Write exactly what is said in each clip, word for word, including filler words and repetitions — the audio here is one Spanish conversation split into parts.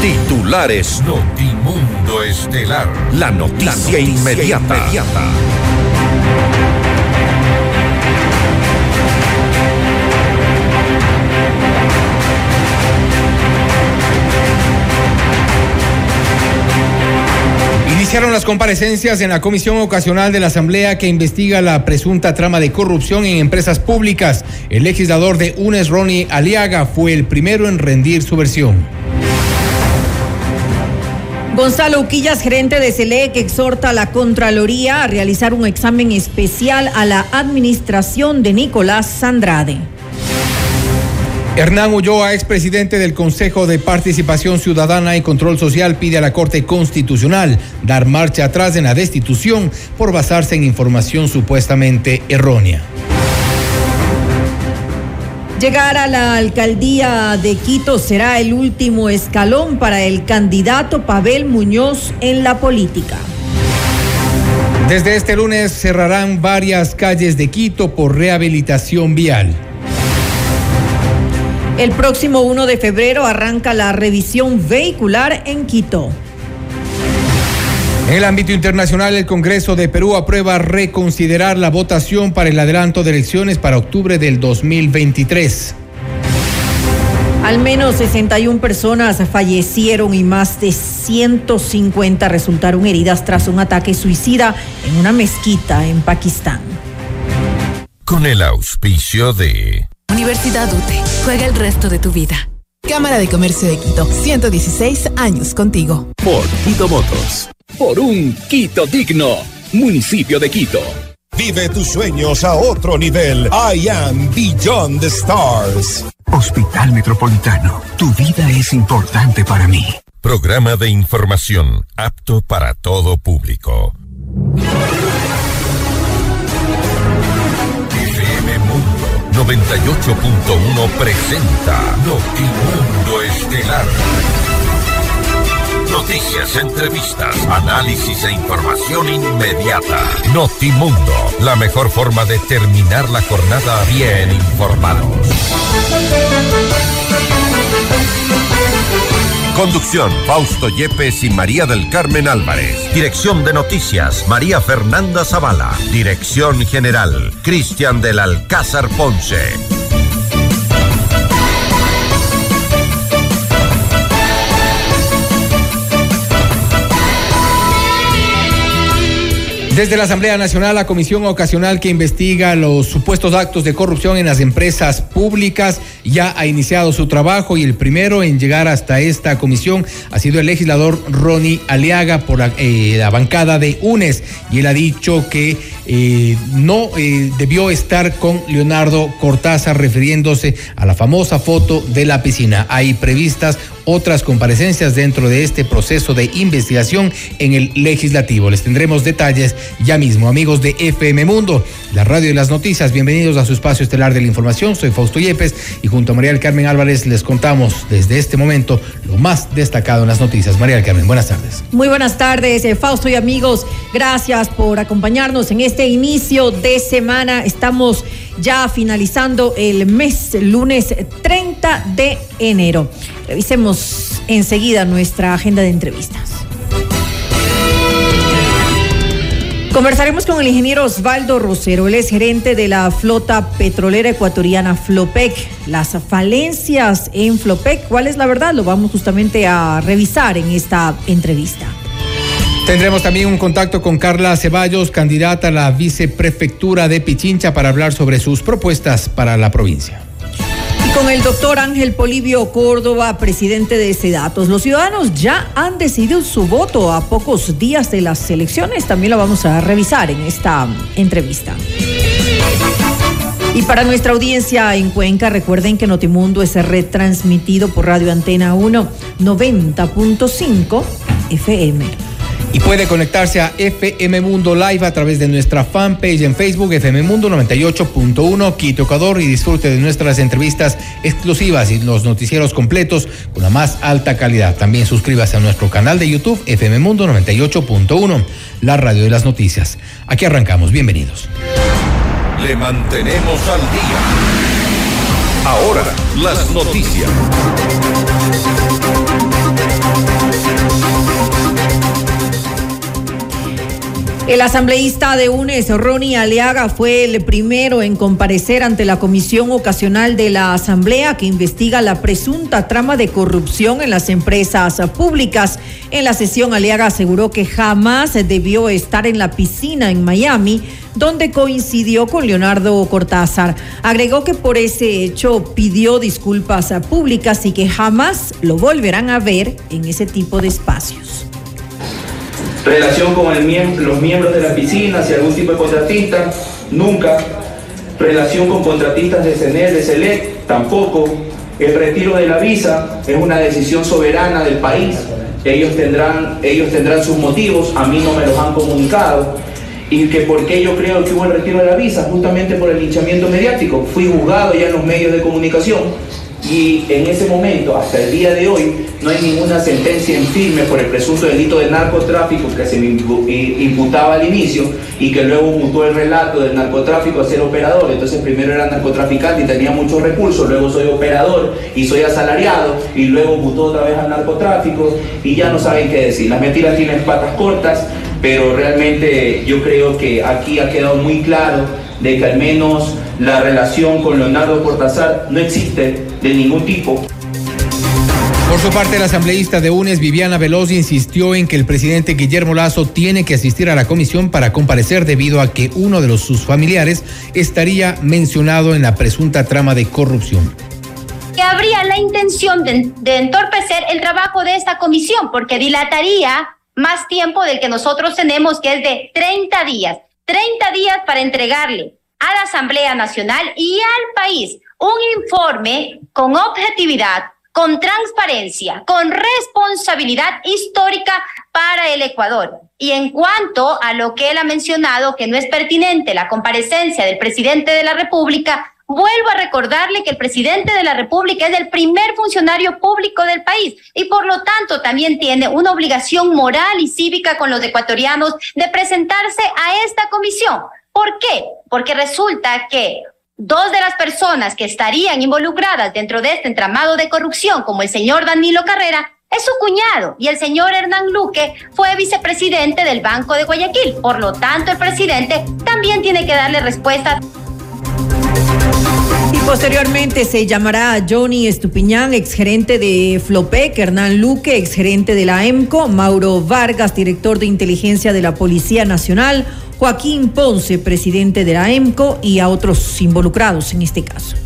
Titulares. Notimundo Estelar. La noticia, La noticia inmediata. inmediata. Iniciaron las comparecencias en la Comisión Ocasional de la Asamblea que investiga la presunta trama de corrupción en empresas públicas. El legislador de U N E S, Ronnie Aliaga, fue el primero en rendir su versión. Gonzalo Uquillas, gerente de SELEC, exhorta a la Contraloría a realizar un examen especial a la administración de Nicolás Andrade. Hernán Ulloa, expresidente del Consejo de Participación Ciudadana y Control Social, pide a la Corte Constitucional dar marcha atrás en la destitución por basarse en información supuestamente errónea. Llegar a la alcaldía de Quito será el último escalón para el candidato Pavel Muñoz en la política. Desde este lunes cerrarán varias calles de Quito por rehabilitación vial. El próximo uno de febrero arranca la revisión vehicular en Quito. En el ámbito internacional, el Congreso de Perú aprueba reconsiderar la votación para el adelanto de elecciones para octubre del dos mil veintitrés. Al menos sesenta y una personas fallecieron y más de ciento cincuenta resultaron heridas tras un ataque suicida en una mezquita en Pakistán. Con el auspicio de Universidad U T E, juega el resto de tu vida. Cámara de Comercio de Quito, ciento dieciséis años contigo. Por Quito Motos, por un Quito digno, municipio de Quito. Vive tus sueños a otro nivel. I am Beyond the Stars. Hospital Metropolitano, tu vida es importante para mí. Programa de información apto para todo público. noventa y ocho punto uno presenta Notimundo Estelar. Noticias, entrevistas, análisis e información inmediata. Notimundo, la mejor forma de terminar la jornada bien informados. Conducción, Fausto Yepes y María del Carmen Álvarez. Dirección de Noticias, María Fernanda Zavala. Dirección General, Cristian del Alcázar Ponce. Desde la Asamblea Nacional, la Comisión Ocasional que investiga los supuestos actos de corrupción en las empresas públicas ya ha iniciado su trabajo y el primero en llegar hasta esta comisión ha sido el legislador Ronnie Aliaga por la, eh, la bancada de U N E S, y él ha dicho que eh, no eh, debió estar con Leonardo Cortázar, refiriéndose a la famosa foto de la piscina. Hay previstas otras comparecencias dentro de este proceso de investigación en el legislativo. Les tendremos detalles ya mismo. Amigos de F M Mundo, la radio de las noticias, bienvenidos a su espacio estelar de la información. Soy Fausto Yepes y junto a María del Carmen Álvarez les contamos desde este momento lo más destacado en las noticias. María del Carmen, buenas tardes. Muy buenas tardes, eh, Fausto y amigos. Gracias por acompañarnos en este inicio de semana. Estamos ya finalizando el mes, lunes treinta de enero. Revisemos enseguida nuestra agenda de entrevistas. Conversaremos con el ingeniero Osvaldo Rosero. Él es gerente de la flota petrolera ecuatoriana Flopec. Las falencias en Flopec, ¿cuál es la verdad? Lo vamos justamente a revisar en esta entrevista. Tendremos también un contacto con Carla Ceballos, candidata a la viceprefectura de Pichincha, para hablar sobre sus propuestas para la provincia. Y con el doctor Ángel Polibio Córdoba, presidente de SEDATOS. Los ciudadanos ya han decidido su voto a pocos días de las elecciones. También lo vamos a revisar en esta entrevista. Y para nuestra audiencia en Cuenca, recuerden que Notimundo es retransmitido por Radio Antena uno, noventa punto cinco F M. Y puede conectarse a F M Mundo Live a través de nuestra fanpage en Facebook, F M Mundo noventa y ocho punto uno Quito, Ecuador, y disfrute de nuestras entrevistas exclusivas y los noticieros completos con la más alta calidad. También suscríbase a nuestro canal de YouTube, F M Mundo noventa y ocho punto uno, la radio de las noticias. Aquí arrancamos, bienvenidos. Le mantenemos al día. Ahora, las noticias. El asambleísta de UNES, Ronnie Aliaga, fue el primero en comparecer ante la comisión ocasional de la Asamblea que investiga la presunta trama de corrupción en las empresas públicas. En la sesión, Aliaga aseguró que jamás debió estar en la piscina en Miami, donde coincidió con Leonardo Cortázar. Agregó que por ese hecho pidió disculpas públicas y que jamás lo volverán a ver en ese tipo de espacios. Relación con el miem- los miembros de la piscina, si algún tipo de contratista, nunca. Relación con contratistas de C N E L, de SELEC, tampoco. El retiro de la visa es una decisión soberana del país. Ellos tendrán, ellos tendrán sus motivos, a mí no me los han comunicado. Y que por qué yo creo que hubo el retiro de la visa, justamente por el linchamiento mediático. Fui juzgado ya en los medios de comunicación. Y en ese momento, hasta el día de hoy, no hay ninguna sentencia en firme por el presunto delito de narcotráfico que se me imputaba al inicio y que luego mutó el relato del narcotráfico a ser operador. Entonces primero era narcotraficante y tenía muchos recursos, luego soy operador y soy asalariado y luego mutó otra vez al narcotráfico y ya no saben qué decir. Las mentiras tienen patas cortas, pero realmente yo creo que aquí ha quedado muy claro de que al menos la relación con Leonardo Cortázar no existe de ningún tipo. Por su parte, la asambleísta de UNES, Viviana Veloz, insistió en que el presidente Guillermo Lasso tiene que asistir a la comisión para comparecer debido a que uno de los, sus familiares estaría mencionado en la presunta trama de corrupción. Que habría la intención de, de entorpecer el trabajo de esta comisión porque dilataría más tiempo del que nosotros tenemos, que es de treinta días. treinta días para entregarle a la Asamblea Nacional y al país un informe con objetividad, con transparencia, con responsabilidad histórica para el Ecuador. Y en cuanto a lo que él ha mencionado, que no es pertinente la comparecencia del presidente de la República, vuelvo a recordarle que el presidente de la República es el primer funcionario público del país y por lo tanto también tiene una obligación moral y cívica con los ecuatorianos de presentarse a esta comisión. ¿Por qué? Porque resulta que dos de las personas que estarían involucradas dentro de este entramado de corrupción, como el señor Danilo Carrera, es su cuñado y el señor Hernán Luque fue vicepresidente del Banco de Guayaquil. Por lo tanto, el presidente también tiene que darle respuesta. Y posteriormente se llamará a Johnny Estupiñán, exgerente de Flopec, Hernán Luque, exgerente de la EMCO, Mauro Vargas, director de inteligencia de la Policía Nacional, Joaquín Ponce, presidente de la EMCO, y a otros involucrados en este caso.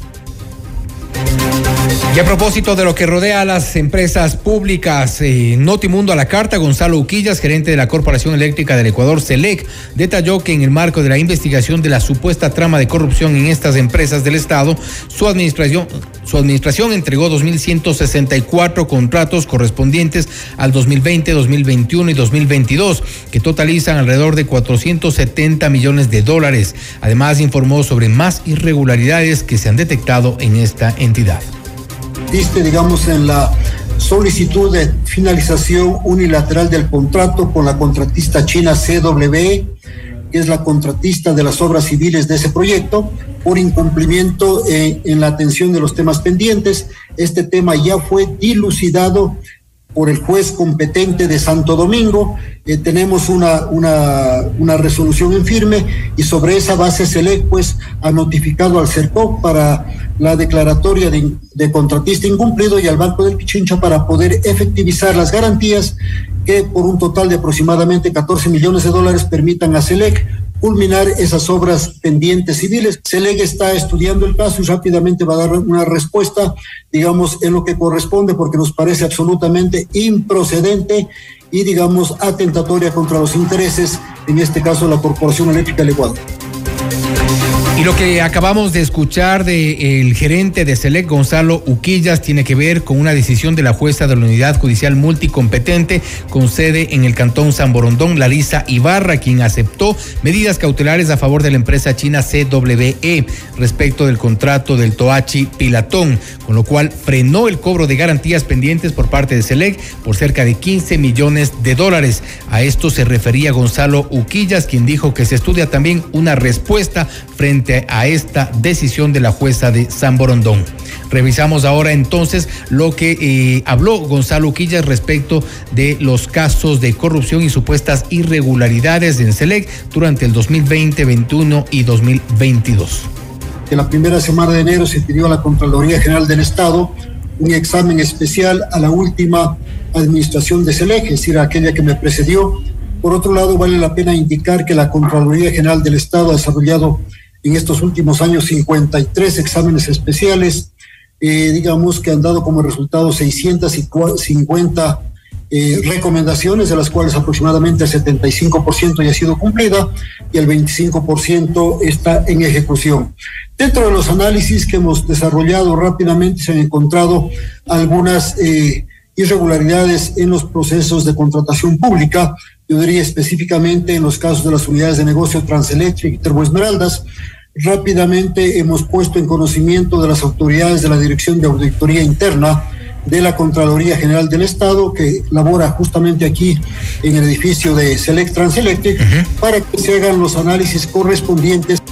Y a propósito de lo que rodea a las empresas públicas, eh, Notimundo a la carta, Gonzalo Uquillas, gerente de la Corporación Eléctrica del Ecuador, SELEC, detalló que en el marco de la investigación de la supuesta trama de corrupción en estas empresas del Estado, su administración, su administración entregó dos mil ciento sesenta y cuatro contratos correspondientes al dos mil veinte, dos mil veintiuno y dos mil veintidós, que totalizan alrededor de cuatrocientos setenta millones de dólares. Además, informó sobre más irregularidades que se han detectado en esta entidad. Diste, digamos, en la solicitud de finalización unilateral del contrato con la contratista china C W E, que es la contratista de las obras civiles de ese proyecto, por incumplimiento eh, en la atención de los temas pendientes. Este tema ya fue dilucidado por el juez competente de Santo Domingo. Eh, tenemos una, una, una resolución en firme y sobre esa base SELEC pues ha notificado al CERCOC para la declaratoria de, de contratista incumplido y al Banco del Pichincha para poder efectivizar las garantías que por un total de aproximadamente catorce millones de dólares permitan a SELEC culminar esas obras pendientes civiles. SELEC está estudiando el caso y rápidamente va a dar una respuesta, digamos, en lo que corresponde, porque nos parece absolutamente improcedente y, digamos, atentatoria contra los intereses, en este caso, de la Corporación Eléctrica del Ecuador. Y lo que acabamos de escuchar del gerente de SELEC, Gonzalo Uquillas, tiene que ver con una decisión de la jueza de la Unidad Judicial Multicompetente con sede en el Cantón San Borondón, Larisa Ibarra, quien aceptó medidas cautelares a favor de la empresa china C W E respecto del contrato del Toachi Pilatón, con lo cual frenó el cobro de garantías pendientes por parte de SELEC por cerca de quince millones de dólares. A esto se refería Gonzalo Uquillas, quien dijo que se estudia también una respuesta frente frente a esta decisión de la jueza de San Borondón. Revisamos ahora entonces lo que eh, habló Gonzalo Quillas respecto de los casos de corrupción y supuestas irregularidades en SELEC durante el dos mil veinte, veintiuno y dos mil veintidós. En la primera semana de enero se pidió a la Contraloría General del Estado un examen especial a la última administración de SELEC, es decir, aquella que me precedió. Por otro lado, vale la pena indicar que la Contraloría General del Estado ha desarrollado en estos últimos años cincuenta y tres exámenes especiales, eh, digamos que han dado como resultado seiscientas cincuenta eh, recomendaciones, de las cuales aproximadamente el setenta y cinco por ciento ya ha sido cumplida y el veinticinco por ciento está en ejecución. Dentro de los análisis que hemos desarrollado rápidamente se han encontrado algunas eh, irregularidades en los procesos de contratación pública. Yo diría específicamente en los casos de las unidades de negocio Transelectric y Termoesmeraldas. Rápidamente hemos puesto en conocimiento de las autoridades de la Dirección de Auditoría Interna de la Contraloría General del Estado, que labora justamente aquí en el edificio de SELEC Transelectric, uh-huh. para que se hagan los análisis correspondientes.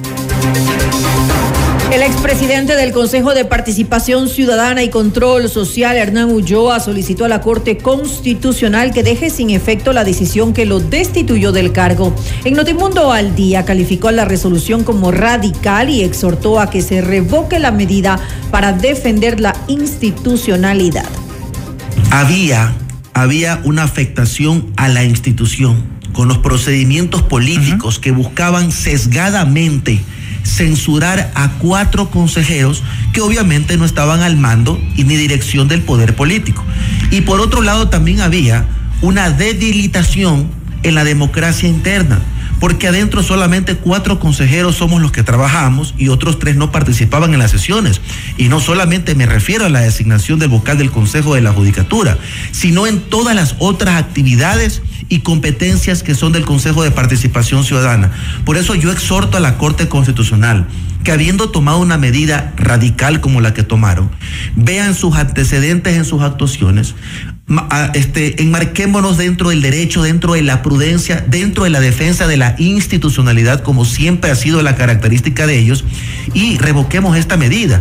El expresidente del Consejo de Participación Ciudadana y Control Social, Hernán Ulloa, solicitó a la Corte Constitucional que deje sin efecto la decisión que lo destituyó del cargo. En Notimundo al Día calificó la resolución como radical y exhortó a que se revoque la medida para defender la institucionalidad. Había, había una afectación a la institución con los procedimientos políticos uh-huh. que buscaban sesgadamente censurar a cuatro consejeros que obviamente no estaban al mando y ni dirección del poder político. Y por otro lado también había una debilitación en la democracia interna, porque adentro solamente cuatro consejeros somos los que trabajamos y otros tres no participaban en las sesiones. Y no solamente me refiero a la designación del vocal del Consejo de la Judicatura, sino en todas las otras actividades y competencias que son del Consejo de Participación Ciudadana. Por eso yo exhorto a la Corte Constitucional que, habiendo tomado una medida radical como la que tomaron, vean sus antecedentes en sus actuaciones, este, enmarquémonos dentro del derecho, dentro de la prudencia, dentro de la defensa de la institucionalidad, como siempre ha sido la característica de ellos, y revoquemos esta medida.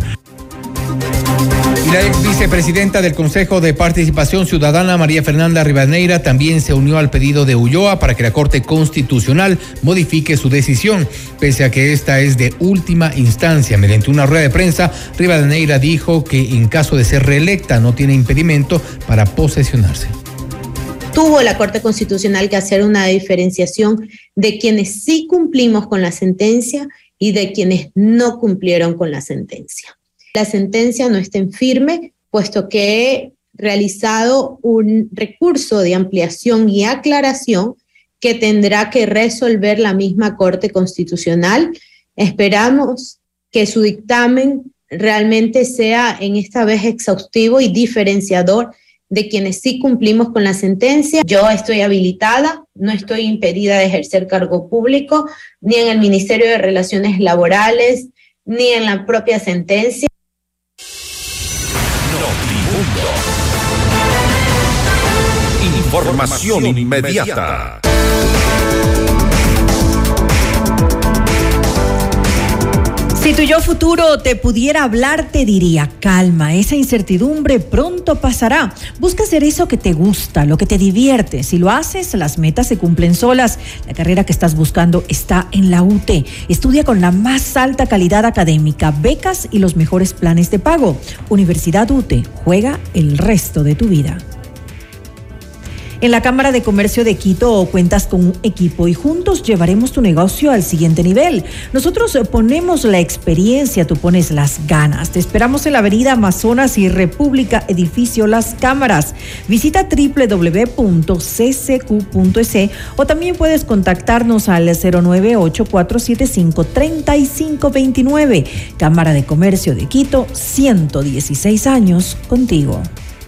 Y la ex vicepresidenta del Consejo de Participación Ciudadana, María Fernanda Rivadeneira, también se unió al pedido de Ulloa para que la Corte Constitucional modifique su decisión, pese a que esta es de última instancia. Mediante una rueda de prensa, Rivadeneira dijo que en caso de ser reelecta no tiene impedimento para posesionarse. Tuvo la Corte Constitucional que hacer una diferenciación de quienes sí cumplimos con la sentencia y de quienes no cumplieron con la sentencia. La sentencia no está en firme, puesto que he realizado un recurso de ampliación y aclaración que tendrá que resolver la misma Corte Constitucional. Esperamos que su dictamen realmente sea en esta vez exhaustivo y diferenciador de quienes sí cumplimos con la sentencia. Yo estoy habilitada, no estoy impedida de ejercer cargo público, ni en el Ministerio de Relaciones Laborales, ni en la propia sentencia. Información inmediata. Si tu yo futuro te pudiera hablar, te diría: calma, esa incertidumbre pronto pasará. Busca hacer eso que te gusta, lo que te divierte. Si lo haces, las metas se cumplen solas. La carrera que estás buscando está en la U T E. Estudia con la más alta calidad académica, becas y los mejores planes de pago. Universidad U T E, juega el resto de tu vida. En la Cámara de Comercio de Quito cuentas con un equipo y juntos llevaremos tu negocio al siguiente nivel. Nosotros ponemos la experiencia, tú pones las ganas. Te esperamos en la Avenida Amazonas y República, edificio Las Cámaras. Visita doble u doble u doble u punto c c q punto e s o también puedes contactarnos al cero nueve ocho, cuatro siete cinco, tres cinco dos nueve. Cámara de Comercio de Quito, ciento dieciséis años contigo.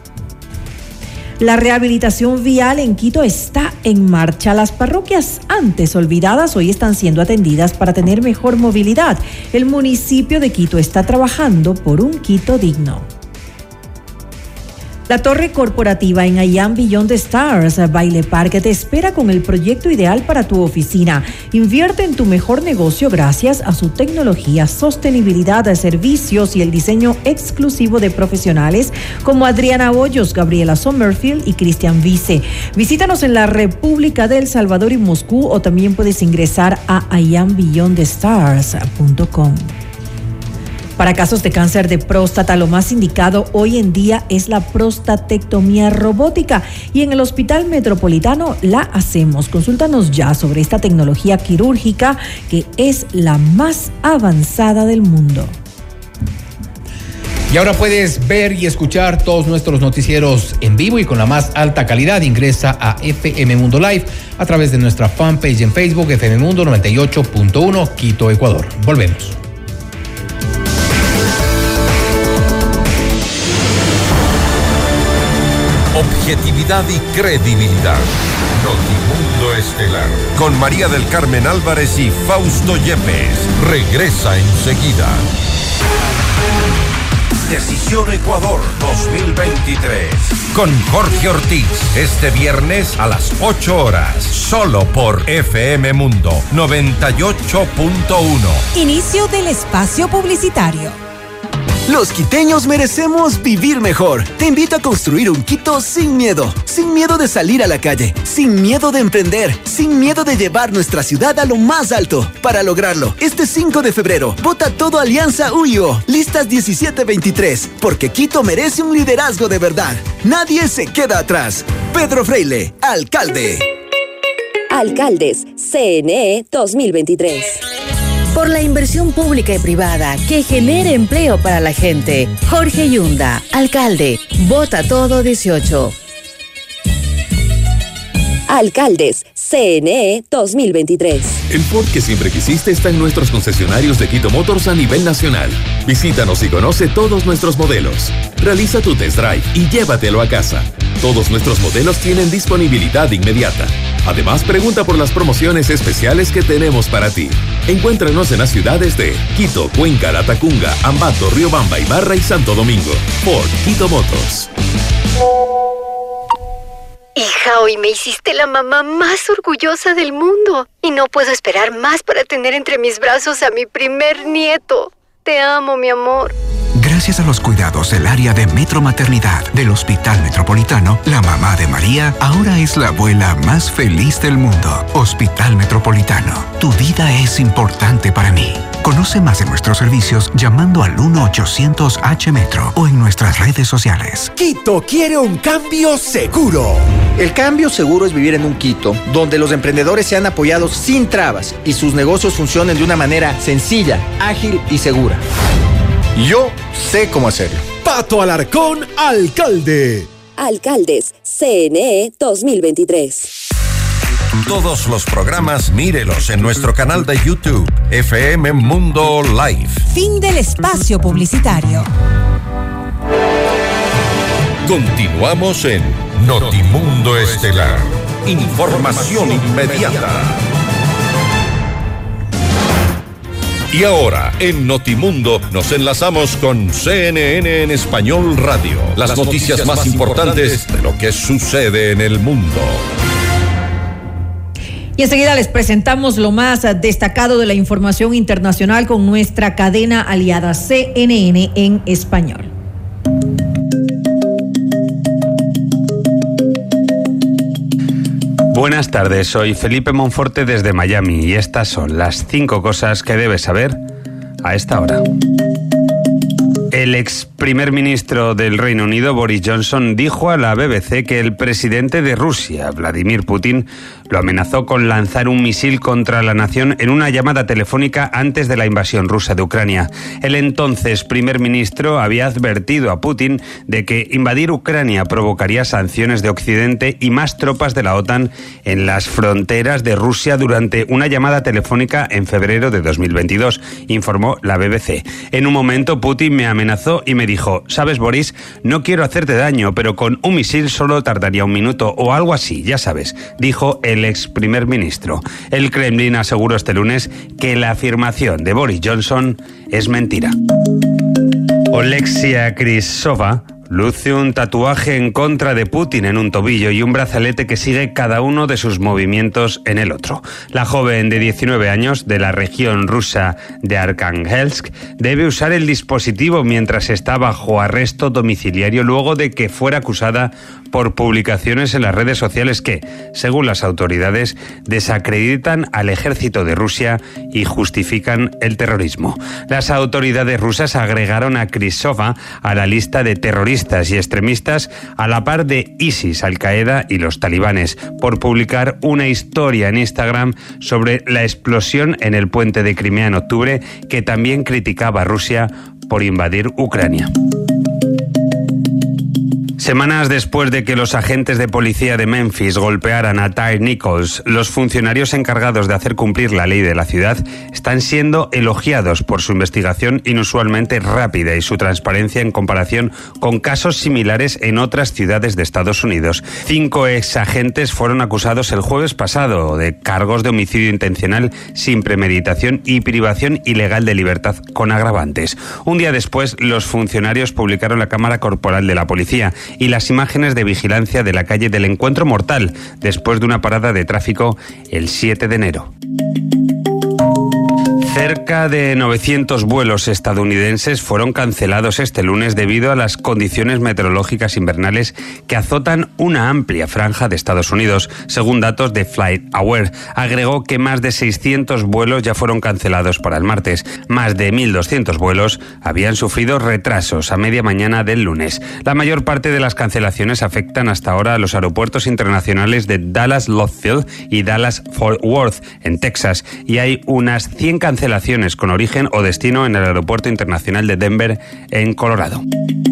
La rehabilitación vial en Quito está en marcha. Las parroquias antes olvidadas hoy están siendo atendidas para tener mejor movilidad. El municipio de Quito está trabajando por un Quito digno. La torre corporativa en I Am Beyond the Stars, Baile Park, te espera con el proyecto ideal para tu oficina. Invierte en tu mejor negocio gracias a su tecnología, sostenibilidad, servicios y el diseño exclusivo de profesionales como Adriana Hoyos, Gabriela Sommerfield y Cristian Vice. Visítanos en la República de El Salvador y Moscú, o también puedes ingresar a i am beyond the stars punto com. Para casos de cáncer de próstata, lo más indicado hoy en día es la prostatectomía robótica, y en el Hospital Metropolitano la hacemos. Consúltanos ya sobre esta tecnología quirúrgica que es la más avanzada del mundo. Y ahora puedes ver y escuchar todos nuestros noticieros en vivo y con la más alta calidad. Ingresa a F M Mundo Live a través de nuestra fanpage en Facebook, F M Mundo noventa y ocho punto uno, Quito, Ecuador. Volvemos. Objetividad y credibilidad. Notimundo Estelar. Con María del Carmen Álvarez y Fausto Yepes. Regresa enseguida. Decisión Ecuador dos mil veintitrés. Con Jorge Ortiz. Este viernes a las ocho horas. Solo por F M Mundo noventa y ocho punto uno. Inicio del espacio publicitario. Los quiteños merecemos vivir mejor. Te invito a construir un Quito sin miedo. Sin miedo de salir a la calle. Sin miedo de emprender. Sin miedo de llevar nuestra ciudad a lo más alto. Para lograrlo, este cinco de febrero, vota todo Alianza U I O. Listas diecisiete veintitrés. Porque Quito merece un liderazgo de verdad. Nadie se queda atrás. Pedro Freile, alcalde. Alcaldes, C N E dos mil veintitrés. Por la inversión pública y privada que genere empleo para la gente. Jorge Yunda, alcalde. Vota todo dieciocho. Alcaldes, C N E dos mil veintitrés. El Ford que siempre quisiste está en nuestros concesionarios de Quito Motors a nivel nacional. Visítanos y conoce todos nuestros modelos. Realiza tu test drive y llévatelo a casa. Todos nuestros modelos tienen disponibilidad inmediata. Además, pregunta por las promociones especiales que tenemos para ti. Encuéntranos en las ciudades de Quito, Cuenca, Latacunga, Ambato, Riobamba, Ibarra y Santo Domingo. Ford Quito Motors. Hija, hoy me hiciste la mamá más orgullosa del mundo y no puedo esperar más para tener entre mis brazos a mi primer nieto. Te amo, mi amor. Gracias a los cuidados del área de Metromaternidad del Hospital Metropolitano, la mamá de María ahora es la abuela más feliz del mundo. Hospital Metropolitano, tu vida es importante para mí. Conoce más de nuestros servicios llamando al uno ochocientos H Metro o en nuestras redes sociales. Quito quiere un cambio seguro. El cambio seguro es vivir en un Quito donde los emprendedores sean apoyados sin trabas y sus negocios funcionen de una manera sencilla, ágil y segura. Yo sé cómo hacerlo. Pato Alarcón, alcalde. Alcaldes, C N E dos mil veintitrés. Todos los programas mírelos en nuestro canal de YouTube, F M Mundo Live. Fin del espacio publicitario. Continuamos en Notimundo Estelar. Información inmediata. Y ahora, en Notimundo, nos enlazamos con C N N en Español Radio. Las, Las noticias, noticias más importantes de lo que sucede en el mundo. Y enseguida les presentamos lo más destacado de la información internacional con nuestra cadena aliada C N N en Español. Buenas tardes, soy Felipe Monforte desde Miami y estas son las cinco cosas que debes saber a esta hora. El ex primer ministro del Reino Unido, Boris Johnson, dijo a la B B C que el presidente de Rusia, Vladimir Putin, lo amenazó con lanzar un misil contra la nación en una llamada telefónica antes de la invasión rusa de Ucrania. El entonces primer ministro había advertido a Putin de que invadir Ucrania provocaría sanciones de Occidente y más tropas de la OTAN en las fronteras de Rusia durante una llamada telefónica en febrero de dos mil veintidós, informó la B B C. En un momento, Putin me amenazó y me dijo: «Sabes, Boris, no quiero hacerte daño, pero con un misil solo tardaría un minuto o algo así, ya sabes», dijo el ex primer ministro. El Kremlin aseguró este lunes que la afirmación de Boris Johnson es mentira. Olexia Krysova, luce un tatuaje en contra de Putin en un tobillo y un brazalete que sigue cada uno de sus movimientos en el otro. La joven de diecinueve años de la región rusa de Arkhangelsk debe usar el dispositivo mientras está bajo arresto domiciliario luego de que fuera acusada por publicaciones en las redes sociales que, según las autoridades, desacreditan al ejército de Rusia y justifican el terrorismo. Las autoridades rusas agregaron a Krysova a la lista de terroristas y extremistas a la par de ISIS, Al-Qaeda y los talibanes por publicar una historia en Instagram sobre la explosión en el puente de Crimea en octubre que también criticaba a Rusia por invadir Ucrania. Semanas después de que los agentes de policía de Memphis golpearan a Tyre Nichols, los funcionarios encargados de hacer cumplir la ley de la ciudad están siendo elogiados por su investigación inusualmente rápida y su transparencia en comparación con casos similares en otras ciudades de Estados Unidos. Cinco exagentes fueron acusados el jueves pasado de cargos de homicidio intencional sin premeditación y privación ilegal de libertad con agravantes. Un día después, los funcionarios publicaron la cámara corporal de la policía y las imágenes de vigilancia de la calle del Encuentro Mortal después de una parada de tráfico el siete de enero. Cerca de novecientos vuelos estadounidenses fueron cancelados este lunes debido a las condiciones meteorológicas invernales que azotan una amplia franja de Estados Unidos, según datos de FlightAware. Agregó que más de seiscientos vuelos ya fueron cancelados para el martes. Más de mil doscientos vuelos habían sufrido retrasos a media mañana del lunes. La mayor parte de las cancelaciones afectan hasta ahora a los aeropuertos internacionales de Dallas-Love Field y Dallas-Fort Worth, en Texas, y hay unas cien cancelaciones con origen o destino en el Aeropuerto Internacional de Denver, en Colorado.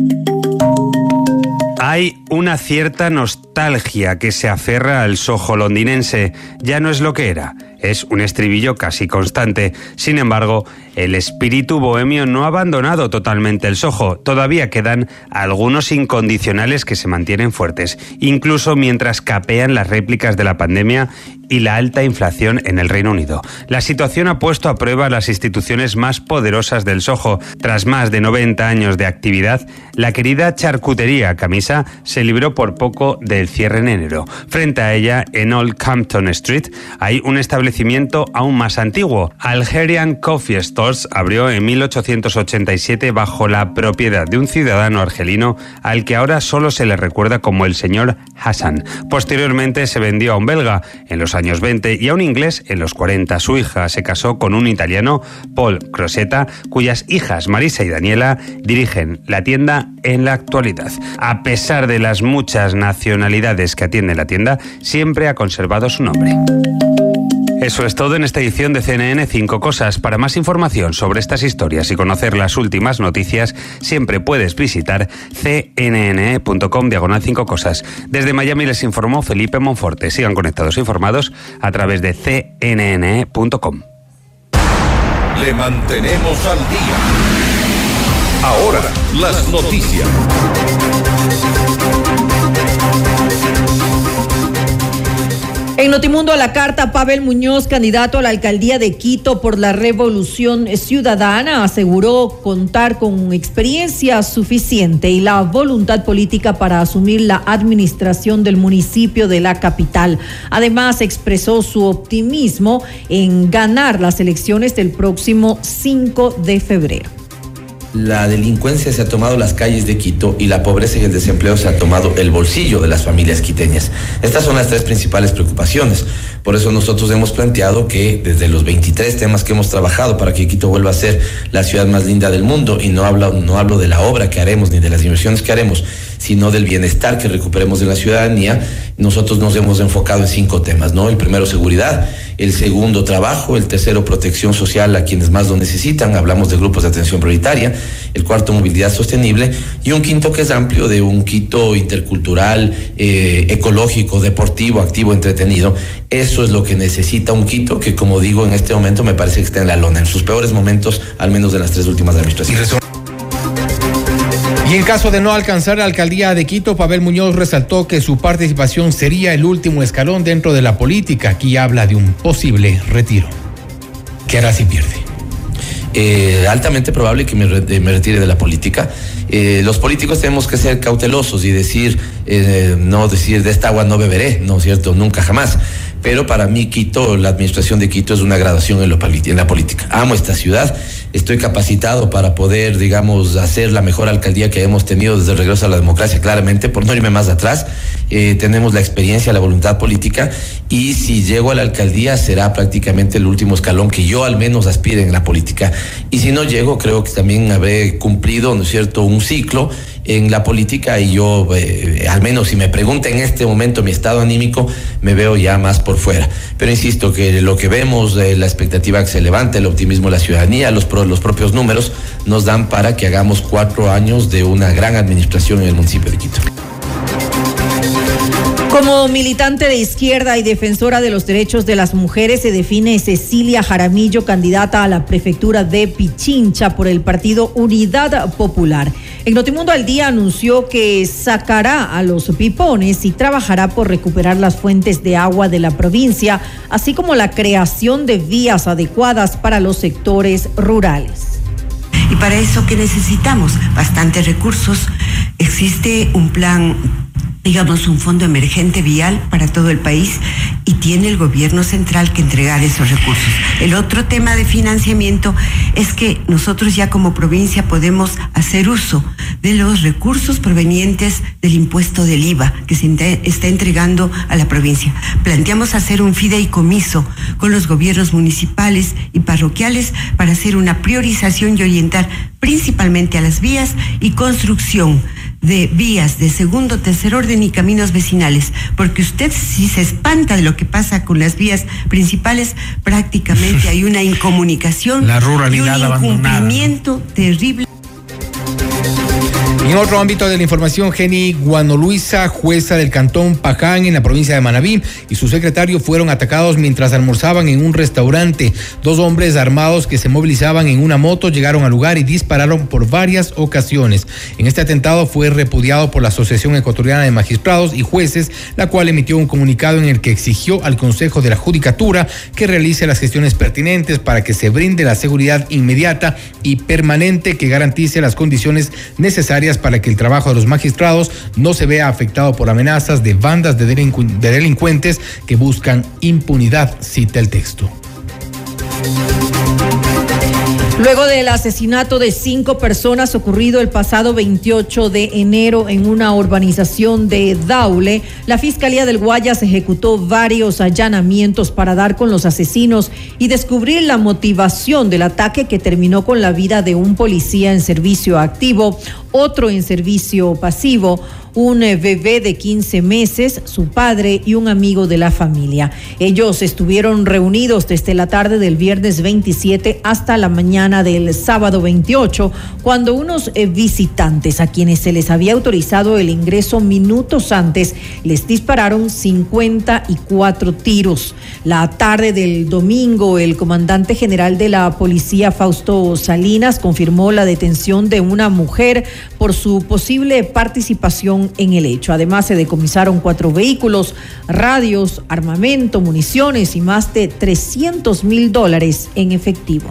Hay una cierta nostalgia que se aferra al Soho londinense. Ya no es lo que era. Es un estribillo casi constante. Sin embargo, el espíritu bohemio no ha abandonado totalmente el Soho. Todavía quedan algunos incondicionales que se mantienen fuertes, incluso mientras capean las réplicas de la pandemia y la alta inflación en el Reino Unido. La situación ha puesto a prueba las instituciones más poderosas del Soho. Tras más de noventa años de actividad, la querida charcutería Camisa se libró por poco del cierre en enero. Frente a ella, en Old Campton Street, hay un establecimiento aún más antiguo. Algerian Coffee Stores abrió en mil ochocientos ochenta y siete bajo la propiedad de un ciudadano argelino al que ahora solo se le recuerda como el señor Hassan. Posteriormente se vendió a un belga en los años veinte y a un inglés en los cuarenta. Su hija se casó con un italiano, Paul Crosetta, cuyas hijas Marisa y Daniela dirigen la tienda en la actualidad. A pesar de las muchas nacionalidades que atiende la tienda, siempre ha conservado su nombre. Eso es todo en esta edición de C N N cinco Cosas. Para más información sobre estas historias y conocer las últimas noticias, siempre puedes visitar cnn.com diagonal cinco Cosas. Desde Miami les informó Felipe Monforte. Sigan conectados e informados a través de c n n punto com. Le mantenemos al día. Ahora, las noticias. En Notimundo a la carta, Pavel Muñoz, candidato a la alcaldía de Quito por la Revolución Ciudadana, aseguró contar con experiencia suficiente y la voluntad política para asumir la administración del municipio de la capital. Además, expresó su optimismo en ganar las elecciones del próximo cinco de febrero. La delincuencia se ha tomado las calles de Quito y la pobreza y el desempleo se ha tomado el bolsillo de las familias quiteñas. Estas son las tres principales preocupaciones. Por eso nosotros hemos planteado que desde los veintitrés temas que hemos trabajado para que Quito vuelva a ser la ciudad más linda del mundo, y no hablo, no hablo de la obra que haremos ni de las inversiones que haremos, sino del bienestar que recuperemos de la ciudadanía, nosotros nos hemos enfocado en cinco temas, ¿no? El primero, seguridad; el segundo, trabajo; el tercero, protección social a quienes más lo necesitan, hablamos de grupos de atención prioritaria; el cuarto, movilidad sostenible; y un quinto que es amplio, de un Quito intercultural, eh, ecológico, deportivo, activo, entretenido. Eso es lo que necesita un Quito que, como digo, en este momento me parece que está en la lona, en sus peores momentos, al menos de las tres últimas administraciones. Y en caso de no alcanzar la alcaldía de Quito, Pavel Muñoz resaltó que su participación sería el último escalón dentro de la política. Aquí habla de un posible retiro. ¿Qué hará si pierde? eh, altamente probable que me, re, me retire de la política. Eh, los políticos tenemos que ser cautelosos y decir, eh, no decir de esta agua no beberé, ¿no es cierto? Nunca jamás. Pero para mí Quito, la administración de Quito es una graduación en, lo, en la política. Amo esta ciudad, estoy capacitado para poder, digamos, hacer la mejor alcaldía que hemos tenido desde el regreso a la democracia, claramente, por no irme más atrás. Eh, tenemos la experiencia, la voluntad política, y si llego a la alcaldía será prácticamente el último escalón que yo al menos aspire en la política. Y si no llego, creo que también habré cumplido, ¿no es cierto?, un ciclo en la política, y yo, eh, al menos si me pregunta en este momento mi estado anímico, me veo ya más por fuera. Pero insisto que lo que vemos, eh, la expectativa que se levanta, el optimismo de la ciudadanía, los, pro, los propios números, nos dan para que hagamos cuatro años de una gran administración en el municipio de Quito. Como militante de izquierda y defensora de los derechos de las mujeres, se define Cecilia Jaramillo, candidata a la prefectura de Pichincha por el partido Unidad Popular. En Notimundo al Día anunció que sacará a los pipones y trabajará por recuperar las fuentes de agua de la provincia, así como la creación de vías adecuadas para los sectores rurales. Y para eso, ¿qué necesitamos? Bastantes recursos. Existe un plan, digamos, un fondo emergente vial para todo el país, y tiene el gobierno central que entregar esos recursos. El otro tema de financiamiento es que nosotros ya como provincia podemos hacer uso de los recursos provenientes del impuesto del I V A que se está entregando a la provincia. Planteamos hacer un fideicomiso con los gobiernos municipales y parroquiales para hacer una priorización y orientar principalmente a las vías y construcción de vías de segundo, tercer orden y caminos vecinales, porque usted, si se espanta de lo que pasa con las vías principales, prácticamente hay una incomunicación, la ruralidad y un incumplimiento abandonada. Terrible. En otro ámbito de la información, Jenny Guanoluisa, jueza del cantón Paján en la provincia de Manabí, y su secretario fueron atacados mientras almorzaban en un restaurante. Dos hombres armados que se movilizaban en una moto llegaron al lugar y dispararon por varias ocasiones. En este atentado fue repudiado por la Asociación Ecuatoriana de Magistrados y Jueces, la cual emitió un comunicado en el que exigió al Consejo de la Judicatura que realice las gestiones pertinentes para que se brinde la seguridad inmediata y permanente que garantice las condiciones necesarias para que el trabajo de los magistrados no se vea afectado por amenazas de bandas de, delincu- de delincuentes que buscan impunidad, cita el texto. Luego del asesinato de cinco personas ocurrido el pasado veintiocho de enero en una urbanización de Daule, la Fiscalía del Guayas ejecutó varios allanamientos para dar con los asesinos y descubrir la motivación del ataque que terminó con la vida de un policía en servicio activo, otro en servicio pasivo, un bebé de quince meses, su padre y un amigo de la familia. Ellos estuvieron reunidos desde la tarde del viernes veintisiete hasta la mañana del sábado veintiocho, cuando unos visitantes a quienes se les había autorizado el ingreso minutos antes les dispararon cincuenta y cuatro tiros. La tarde del domingo, el comandante general de la policía, Fausto Salinas, confirmó la detención de una mujer por su posible participación en el hecho. Además, se decomisaron cuatro vehículos, radios, armamento, municiones y más de trescientos mil dólares en efectivo.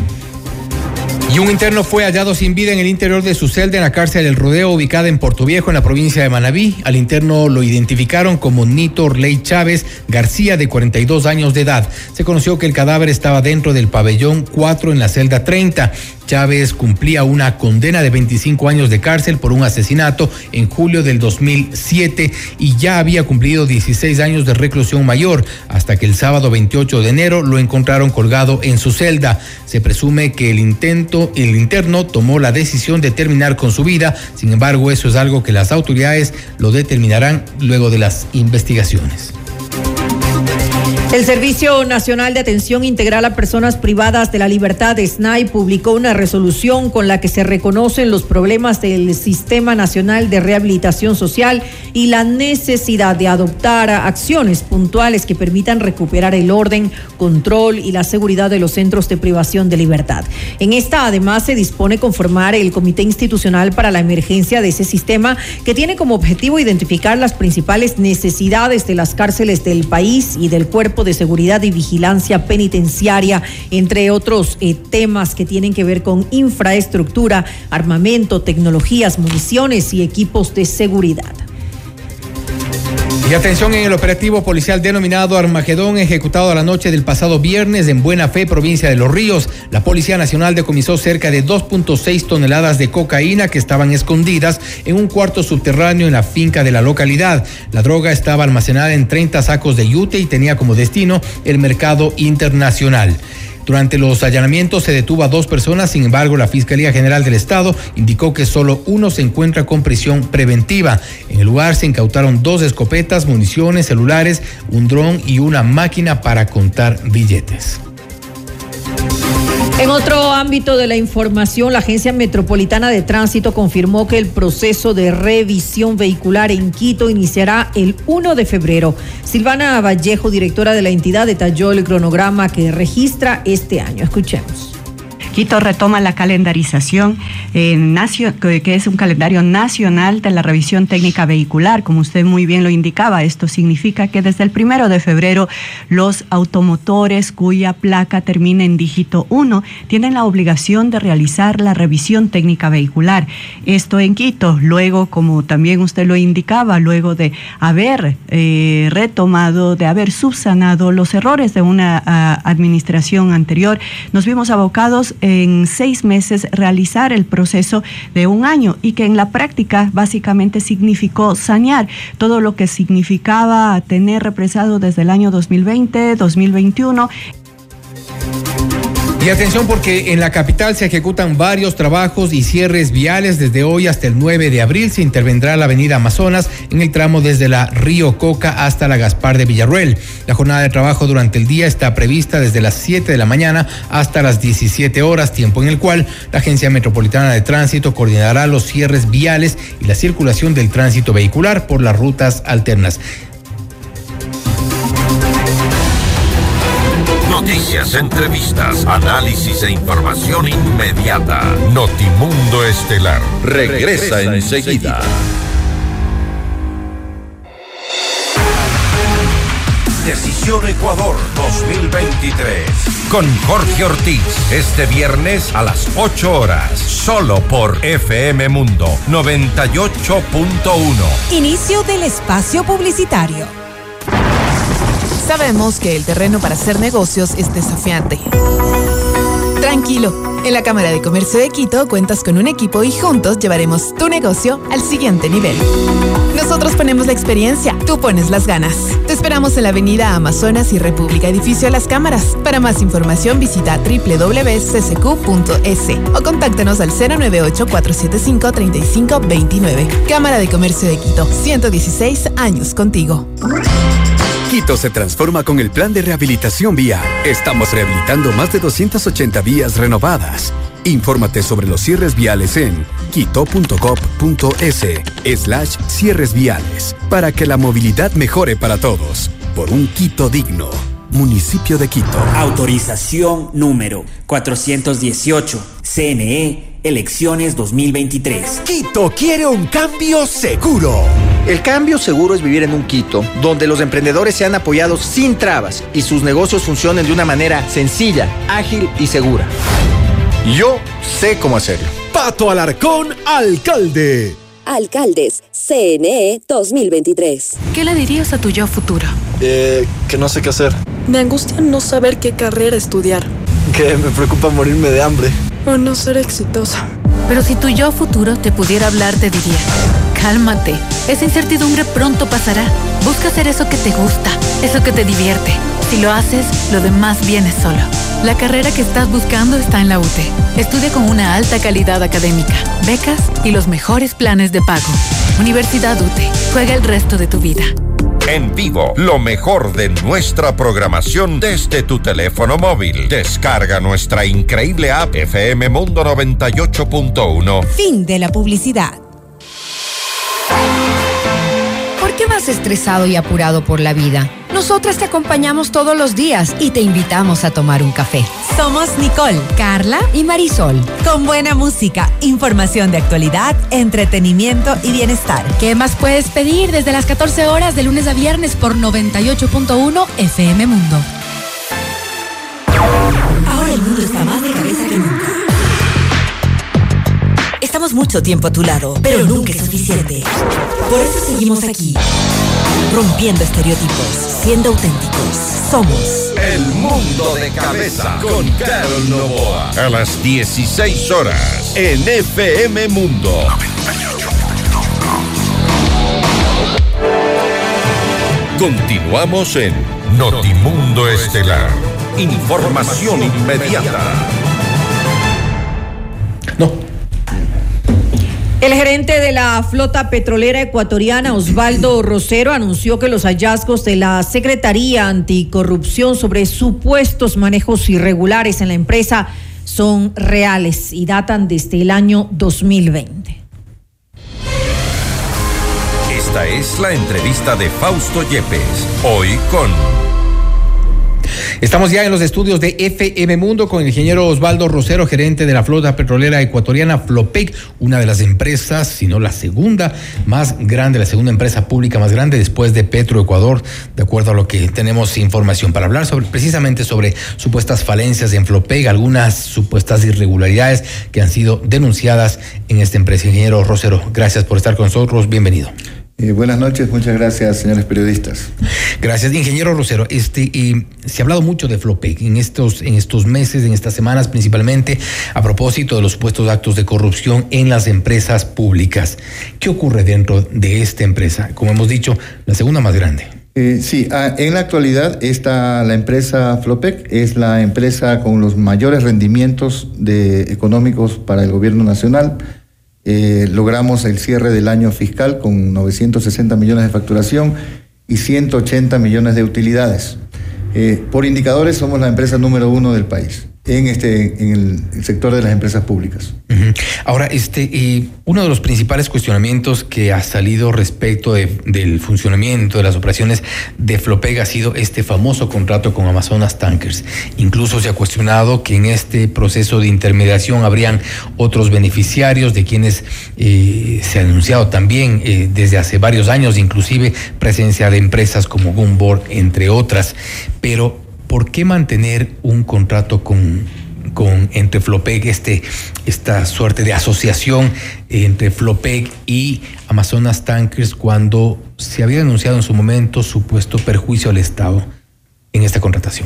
Y un interno fue hallado sin vida en el interior de su celda en la cárcel del Rodeo, ubicada en Puerto Viejo, en la provincia de Manabí. Al interno lo identificaron como Nito Orley Chávez García, de cuarenta y dos años de edad. Se conoció que el cadáver estaba dentro del pabellón cuatro en la celda treinta. Chávez cumplía una condena de veinticinco años de cárcel por un asesinato en julio del dos mil siete y ya había cumplido dieciséis años de reclusión mayor, hasta que el sábado veintiocho de enero lo encontraron colgado en su celda. Se presume que el intento, el interno tomó la decisión de terminar con su vida. Sin embargo, eso es algo que las autoridades lo determinarán luego de las investigaciones. El Servicio Nacional de Atención Integral a Personas Privadas de la Libertad, S N A I, publicó una resolución con la que se reconocen los problemas del Sistema Nacional de Rehabilitación Social y la necesidad de adoptar acciones puntuales que permitan recuperar el orden, control y la seguridad de los centros de privación de libertad. En esta, además, se dispone conformar el Comité Institucional para la Emergencia de ese sistema, que tiene como objetivo identificar las principales necesidades de las cárceles del país y del cuerpo equipo de seguridad y vigilancia penitenciaria, entre otros eh, temas que tienen que ver con infraestructura, armamento, tecnologías, municiones y equipos de seguridad. Y atención en el operativo policial denominado Armagedón, ejecutado a la noche del pasado viernes en Buena Fe, provincia de Los Ríos. La Policía Nacional decomisó cerca de dos punto seis toneladas de cocaína que estaban escondidas en un cuarto subterráneo en la finca de la localidad. La droga estaba almacenada en treinta sacos de yute y tenía como destino el mercado internacional. Durante los allanamientos se detuvo a dos personas, sin embargo, la Fiscalía General del Estado indicó que solo uno se encuentra con prisión preventiva. En el lugar se incautaron dos escopetas, municiones, celulares, un dron y una máquina para contar billetes. En otro ámbito de la información, la Agencia Metropolitana de Tránsito confirmó que el proceso de revisión vehicular en Quito iniciará el primero de febrero. Silvana Vallejo, directora de la entidad, detalló el cronograma que registra este año. Escuchemos. Quito retoma la calendarización, eh, nacio, que es un calendario nacional de la revisión técnica vehicular. Como usted muy bien lo indicaba, esto significa que desde el primero de febrero los automotores cuya placa termina en dígito uno tienen la obligación de realizar la revisión técnica vehicular. Esto en Quito, luego, como también usted lo indicaba, luego de haber eh, retomado, de haber subsanado los errores de una uh, administración anterior, nos vimos abocados en seis meses realizar el proceso de un año, y que en la práctica básicamente significó sanear todo lo que significaba tener represado desde el año dos mil veinte, dos mil veintiuno. Y atención, porque en la capital se ejecutan varios trabajos y cierres viales. Desde hoy hasta el nueve de abril se intervendrá la avenida Amazonas en el tramo desde la Río Coca hasta la Gaspar de Villarroel. La jornada de trabajo durante el día está prevista desde las siete de la mañana hasta las diecisiete horas, tiempo en el cual la Agencia Metropolitana de Tránsito coordinará los cierres viales y la circulación del tránsito vehicular por las rutas alternas. Noticias, entrevistas, análisis e información inmediata. Notimundo Estelar regresa, regresa enseguida. Decisión Ecuador dos mil veintitrés. Con Jorge Ortiz, este viernes a las ocho horas, solo por F M Mundo noventa y ocho punto uno. Inicio del espacio publicitario. Sabemos que el terreno para hacer negocios es desafiante. Tranquilo, en la Cámara de Comercio de Quito cuentas con un equipo y juntos llevaremos tu negocio al siguiente nivel. Nosotros ponemos la experiencia, tú pones las ganas. Te esperamos en la avenida Amazonas y República, edificio Las Cámaras. Para más información visita doble u doble u doble u punto c c q punto s o contáctanos al cero nueve ocho, cuatro siete cinco, tres cinco dos nueve. Cámara de Comercio de Quito, ciento dieciséis años contigo. Quito se transforma con el plan de rehabilitación vial. Estamos rehabilitando más de doscientas ochenta vías renovadas. Infórmate sobre los cierres viales en quito punto gov punto s slash cierres viales para que la movilidad mejore para todos. Por un Quito digno. Municipio de Quito. Autorización número cuatrocientos dieciocho. C N E. Elecciones dos mil veintitrés. Quito quiere un cambio seguro. El cambio seguro es vivir en un Quito donde los emprendedores sean apoyados sin trabas y sus negocios funcionen de una manera sencilla, ágil y segura. Yo sé cómo hacerlo. Pato Alarcón, alcalde. Alcaldes, C N E dos mil veintitrés. ¿Qué le dirías a tu yo futuro? Eh, que no sé qué hacer. Me angustia no saber qué carrera estudiar. Que me preocupa morirme de hambre. O no ser exitosa. Pero si tu yo futuro te pudiera hablar, te diría: cálmate, esa incertidumbre pronto pasará. Busca hacer eso que te gusta, eso que te divierte. Si lo haces, lo demás viene solo. La carrera que estás buscando está en la U T E. Estudia con una alta calidad académica, becas y los mejores planes de pago. Universidad U T E. Juega el resto de tu vida. En vivo, lo mejor de nuestra programación desde tu teléfono móvil. Descarga nuestra increíble app F M Mundo noventa y ocho punto uno. Fin de la publicidad. ¿Por qué vas estresado y apurado por la vida? Nosotras te acompañamos todos los días y te invitamos a tomar un café. Somos Nicole, Carla y Marisol. Con buena música, información de actualidad, entretenimiento y bienestar. ¿Qué más puedes pedir desde las catorce horas de lunes a viernes por noventa y ocho punto uno F M Mundo? Ahora el mundo está más de cabeza que nunca. Estamos mucho tiempo a tu lado, pero nunca es suficiente. Por eso seguimos aquí, rompiendo estereotipos, siendo auténticos. Somos El Mundo de Cabeza con Carol Novoa. A las dieciséis horas en F M Mundo. Continuamos en Notimundo Estelar. Información inmediata. No. El gerente de la flota petrolera ecuatoriana, Osvaldo Rosero, anunció que los hallazgos de la Secretaría Anticorrupción sobre supuestos manejos irregulares en la empresa son reales y datan desde el año dos mil veinte. Esta es la entrevista de Fausto Yepes, hoy con... Estamos ya en los estudios de F M Mundo con el ingeniero Osvaldo Rosero, gerente de la flota petrolera ecuatoriana Flopec, una de las empresas, si no la segunda más grande, la segunda empresa pública más grande después de Petroecuador, de acuerdo a lo que tenemos información para hablar sobre precisamente sobre supuestas falencias en Flopec, algunas supuestas irregularidades que han sido denunciadas en esta empresa. Ingeniero Rosero, gracias por estar con nosotros, bienvenido. Eh, buenas noches, muchas gracias, señores periodistas. Gracias, ingeniero Rosero. Este, eh, se ha hablado mucho de Flopec en estos, en estos meses, en estas semanas, principalmente a propósito de los supuestos actos de corrupción en las empresas públicas. ¿Qué ocurre dentro de esta empresa? Como hemos dicho, la segunda más grande. Eh, sí, ah, en la actualidad esta, la empresa Flopec es la empresa con los mayores rendimientos de, económicos para el gobierno nacional. Eh, logramos el cierre del año fiscal con novecientos sesenta millones de facturación y ciento ochenta millones de utilidades. Eh, por indicadores somos la empresa número uno del país en este en el, el sector de las empresas públicas. Uh-huh. Ahora, este eh, uno de los principales cuestionamientos que ha salido respecto de, del funcionamiento de las operaciones de Flopec ha sido este famoso contrato con Amazonas Tankers. Incluso se ha cuestionado que en este proceso de intermediación habrían otros beneficiarios de quienes eh, se ha anunciado también eh, desde hace varios años, inclusive presencia de empresas como Gunvor, entre otras. Pero ¿por qué mantener un contrato con, con entre Flopec, este, esta suerte de asociación entre Flopec y Amazonas Tankers cuando se había denunciado en su momento supuesto perjuicio al Estado en esta contratación?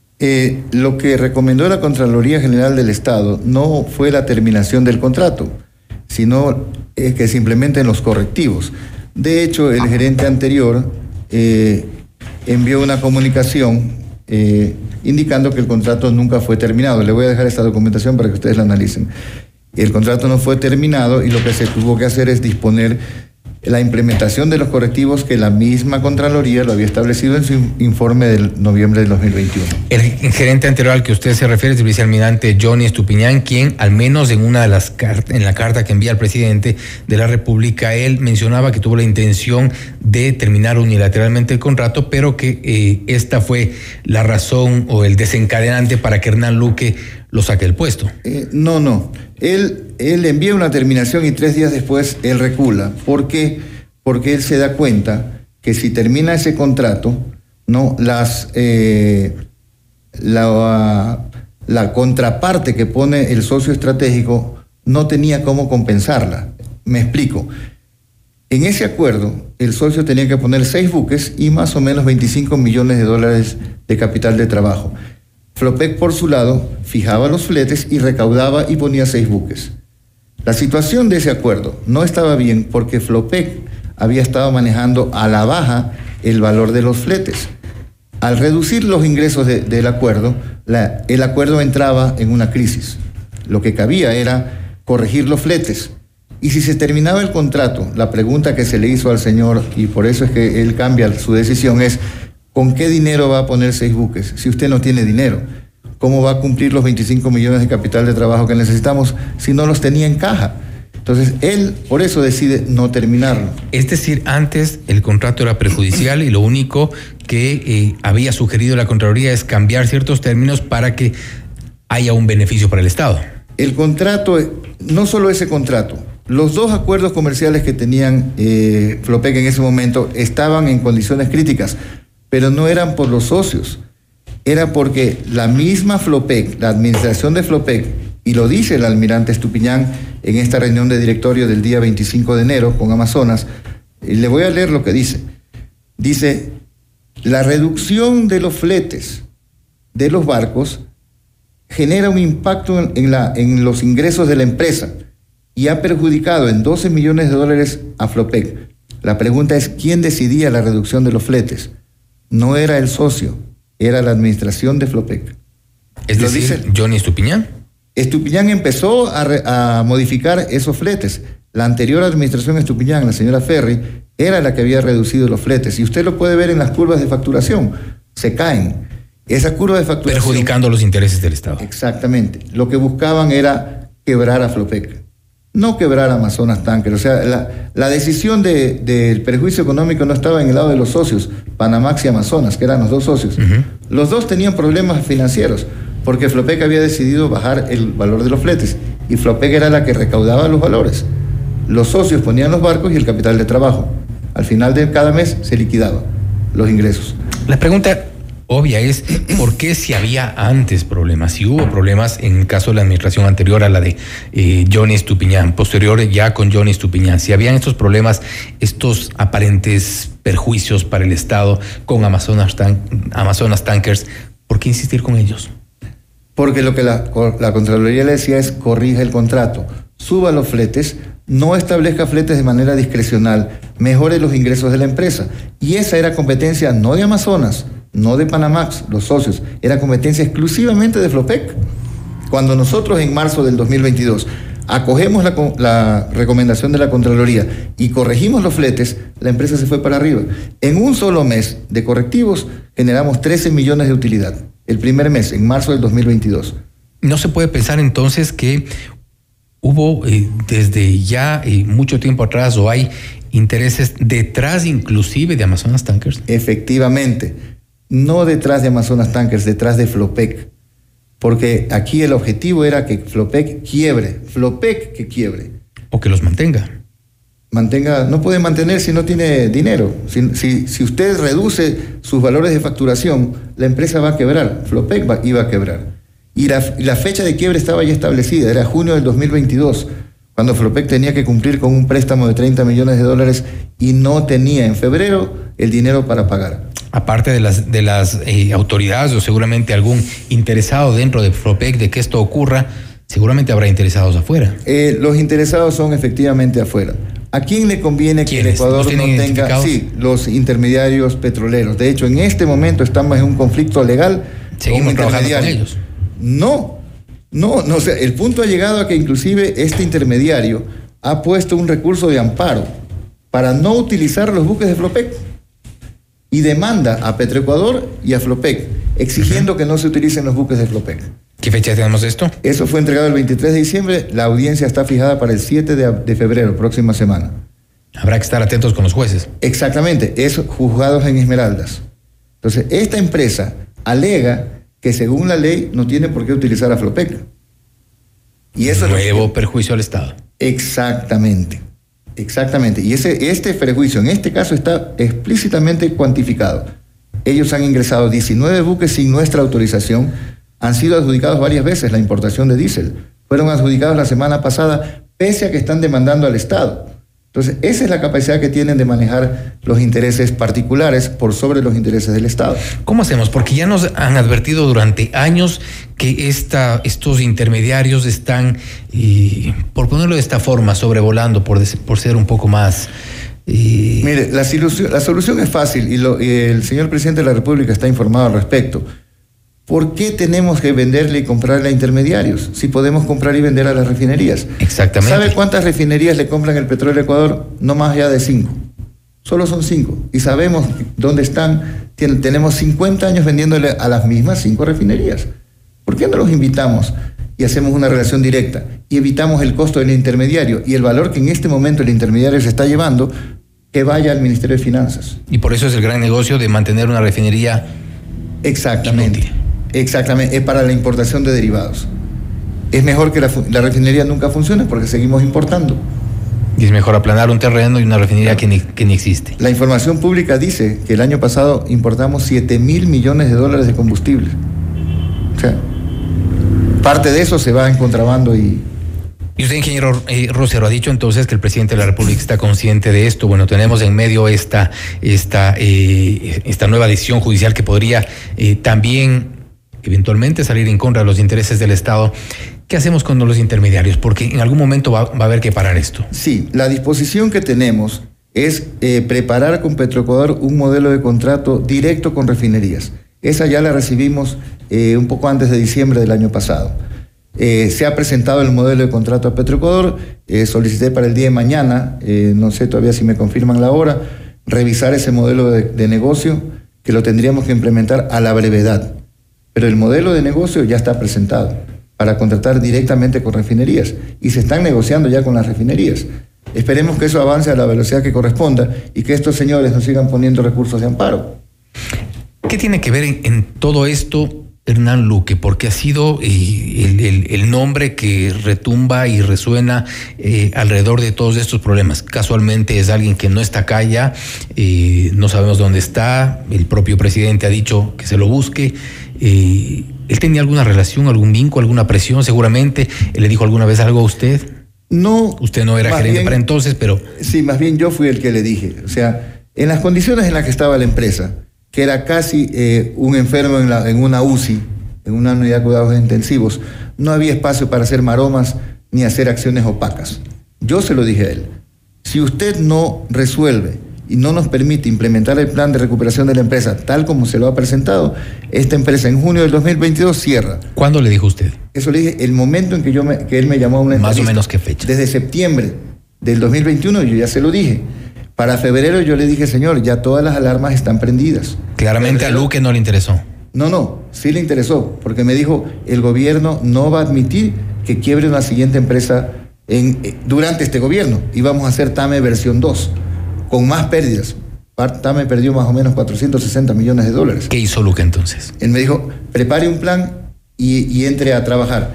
Eh, lo que recomendó la Contraloría General del Estado no fue la terminación del contrato, sino eh, que se implementen los correctivos. De hecho, el gerente anterior eh, envió una comunicación Eh, indicando que el contrato nunca fue terminado. Le voy a dejar esta documentación para que ustedes la analicen. El contrato no fue terminado y lo que se tuvo que hacer es disponer la implementación de los correctivos que la misma Contraloría lo había establecido en su informe del noviembre del dos mil veintiuno. El gerente anterior al que usted se refiere es el vicealmirante Johnny Estupiñán, quien al menos en una de las cartas, en la carta que envía al presidente de la República, él mencionaba que tuvo la intención de terminar unilateralmente el contrato, pero que eh, esta fue la razón o el desencadenante para que Hernán Luque lo saque del puesto. Eh, no, no. Él, él envía una terminación y tres días después él recula. ¿Por qué? Porque él se da cuenta que si termina ese contrato, no las eh, la, la contraparte que pone el socio estratégico no tenía cómo compensarla. Me explico. En ese acuerdo, el socio tenía que poner seis buques y más o menos veinticinco millones de dólares de capital de trabajo. Flopec, por su lado, fijaba los fletes y recaudaba y ponía seis buques. La situación de ese acuerdo no estaba bien porque Flopec había estado manejando a la baja el valor de los fletes. Al reducir los ingresos de, del acuerdo, la, el acuerdo entraba en una crisis. Lo que cabía era corregir los fletes. Y si se terminaba el contrato, la pregunta que se le hizo al señor, y por eso es que él cambia su decisión, es ¿con qué dinero va a poner seis buques si usted no tiene dinero? ¿Cómo va a cumplir los veinticinco millones de capital de trabajo que necesitamos si no los tenía en caja? Entonces, él por eso decide no terminarlo. Es decir, antes el contrato era prejudicial y lo único que eh, había sugerido la Contraloría es cambiar ciertos términos para que haya un beneficio para el Estado. El contrato, no solo ese contrato, los dos acuerdos comerciales que tenían eh, Flopec en ese momento estaban en condiciones críticas, pero no eran por los socios, era porque la misma Flopec, la administración de Flopec, y lo dice el almirante Estupiñán en esta reunión de directorio del día veinticinco de enero con Amazonas, y le voy a leer lo que dice. Dice, la reducción de los fletes de los barcos genera un impacto en, en, la, en los ingresos de la empresa y ha perjudicado en doce millones de dólares a Flopec. La pregunta es, ¿quién decidía la reducción de los fletes? No era el socio, era la administración de Flopec. Es decir, dice Johnny Estupiñán. Estupiñán empezó a, re, a modificar esos fletes. La anterior administración Estupiñán, la señora Ferri, era la que había reducido los fletes. Y usted lo puede ver en las curvas de facturación. Se caen. Esa curva de facturación... Perjudicando los intereses del Estado. Exactamente. Lo que buscaban era quebrar a Flopec. No quebrar a Amazonas Tanker. O sea, la, la decisión de, del perjuicio económico no estaba en el lado de los socios, Panamax y Amazonas, que eran los dos socios. Uh-huh. Los dos tenían problemas financieros, porque Flopec había decidido bajar el valor de los fletes, y Flopec era la que recaudaba los valores. Los socios ponían los barcos y el capital de trabajo. Al final de cada mes se liquidaban los ingresos. La pregunta obvia es, ¿por qué si había antes problemas? Si hubo problemas en el caso de la administración anterior a la de eh, Johnny Estupiñán, posterior ya con Johnny Estupiñán, si habían estos problemas, estos aparentes perjuicios para el Estado con Amazonas, Tan- Amazonas Tankers, ¿por qué insistir con ellos? Porque lo que la, la Contraloría le decía es, corrija el contrato, suba los fletes, no establezca fletes de manera discrecional, mejore los ingresos de la empresa. Y esa era competencia no de Amazonas, no de Panamax, los socios, era competencia exclusivamente de Flopec. Cuando nosotros en marzo del dos mil veintidós acogemos la, la recomendación de la Contraloría y corregimos los fletes, la empresa se fue para arriba. En un solo mes de correctivos generamos trece millones de utilidad. El primer mes, en marzo del dos mil veintidós. ¿No se puede pensar entonces que hubo eh, desde ya eh, mucho tiempo atrás o hay intereses detrás inclusive de Amazonas Tankers? Efectivamente, no detrás de Amazonas Tankers, detrás de Flopec. Porque aquí el objetivo era que Flopec quiebre, Flopec que quiebre. O que los mantenga. Mantenga, no puede mantener si no tiene dinero. Si, si, si usted reduce sus valores de facturación, la empresa va a quebrar, Flopec va, iba a quebrar. Y la, la fecha de quiebre estaba ya establecida, era junio del dos mil veintidós, cuando Flopec tenía que cumplir con un préstamo de treinta millones de dólares y no tenía en febrero el dinero para pagar. Aparte de las, de las eh, autoridades o seguramente algún interesado dentro de Flopec de que esto ocurra, seguramente habrá interesados afuera. Eh, los interesados son efectivamente afuera. ¿A quién le conviene que el Ecuador no tenga? Sí, los intermediarios petroleros. De hecho, en este momento estamos en un conflicto legal. Seguimos trabajando con ellos. No, no, no. O sea, el punto ha llegado a que inclusive este intermediario ha puesto un recurso de amparo para no utilizar los buques de Flopec y demanda a Petroecuador y a Flopec exigiendo uh-huh. que no se utilicen los buques de Flopec. ¿Qué fecha tenemos esto? Eso fue entregado el veintitrés de diciembre, la audiencia está fijada para el siete de febrero, próxima semana. Habrá que estar atentos con los jueces. Exactamente, es juzgados en Esmeraldas. Entonces, esta empresa alega que según la ley no tiene por qué utilizar a Flopec. Y eso Nuevo es perjuicio al Estado. Exactamente, exactamente. Y ese, este perjuicio en este caso está explícitamente cuantificado. Ellos han ingresado diecinueve buques sin nuestra autorización, han sido adjudicados varias veces la importación de diésel. Fueron adjudicados la semana pasada, pese a que están demandando al Estado. Entonces, esa es la capacidad que tienen de manejar los intereses particulares por sobre los intereses del Estado. ¿Cómo hacemos? Porque ya nos han advertido durante años que esta, estos intermediarios están, eh, por ponerlo de esta forma, sobrevolando, por, por ser un poco más... Eh... Mire, la solución, la solución es fácil y, lo, y el señor presidente de la República está informado al respecto. ¿Por qué tenemos que venderle y comprarle a intermediarios si podemos comprar y vender a las refinerías? Exactamente. ¿Sabe cuántas refinerías le compran el petróleo a Ecuador? No más allá de cinco. Solo son cinco. Y sabemos dónde están. Tenemos cincuenta años vendiéndole a las mismas cinco refinerías. ¿Por qué no los invitamos y hacemos una relación directa y evitamos el costo del intermediario y el valor que en este momento el intermediario se está llevando, que vaya al Ministerio de Finanzas. Y por eso es el gran negocio de mantener una refinería. Exactamente, inútil. Exactamente, es para la importación de derivados. Es mejor que la, la refinería nunca funcione porque seguimos importando. Y es mejor aplanar un terreno y una refinería que ni, que ni existe. La información pública dice que el año pasado importamos siete mil millones de dólares de combustible. O sea, parte de eso se va en contrabando y... Y usted, ingeniero eh, Rosero, ha dicho entonces que el presidente de la República está consciente de esto. Bueno, tenemos en medio esta, esta, eh, esta nueva decisión judicial que podría eh, también eventualmente salir en contra de los intereses del Estado. ¿Qué hacemos con los intermediarios? Porque en algún momento va, va a haber que parar esto. Sí, la disposición que tenemos es eh, preparar con Petroecuador un modelo de contrato directo con refinerías. Esa ya la recibimos eh, un poco antes de diciembre del año pasado. Eh, se ha presentado el modelo de contrato a Petroecuador, eh, solicité para el día de mañana, eh, no sé todavía si me confirman la hora, revisar ese modelo de, de negocio que lo tendríamos que implementar a la brevedad. Pero el modelo de negocio ya está presentado para contratar directamente con refinerías y se están negociando ya con las refinerías. Esperemos que eso avance a la velocidad que corresponda y que estos señores nos sigan poniendo recursos de amparo. ¿Qué tiene que ver en, en todo esto Hernán Luque? Porque ha sido eh, el, el, el nombre que retumba y resuena eh, alrededor de todos estos problemas. Casualmente es alguien que no está acá ya, eh, no sabemos dónde está, el propio presidente ha dicho que se lo busque. Eh, ¿Él tenía alguna relación, algún vínculo, alguna presión seguramente? ¿Él le dijo alguna vez algo a usted? No. Usted no era gerente bien, para entonces, pero... Sí, más bien yo fui el que le dije. O sea, en las condiciones en las que estaba la empresa, que era casi eh, un enfermo en, la, en una U C I, en una unidad de cuidados intensivos, no había espacio para hacer maromas ni hacer acciones opacas. Yo se lo dije a él. Si usted no resuelve y no nos permite implementar el plan de recuperación de la empresa tal como se lo ha presentado, esta empresa en junio del dos mil veintidós cierra. ¿Cuándo le dijo usted? Eso le dije el momento en que, yo me, que él me llamó a una entrevista. Más o menos qué fecha. Desde septiembre del dos mil veintiuno yo ya se lo dije. Para febrero yo le dije, señor, ya todas las alarmas están prendidas. Claramente a Luque no le interesó. No, no, sí le interesó, porque me dijo, el gobierno no va a admitir que quiebre una siguiente empresa en, eh, durante este gobierno. Y vamos a hacer TAME versión dos, con más pérdidas. TAME perdió más o menos cuatrocientos sesenta millones de dólares. ¿Qué hizo Luque entonces? Él me dijo, prepare un plan y, y entre a trabajar.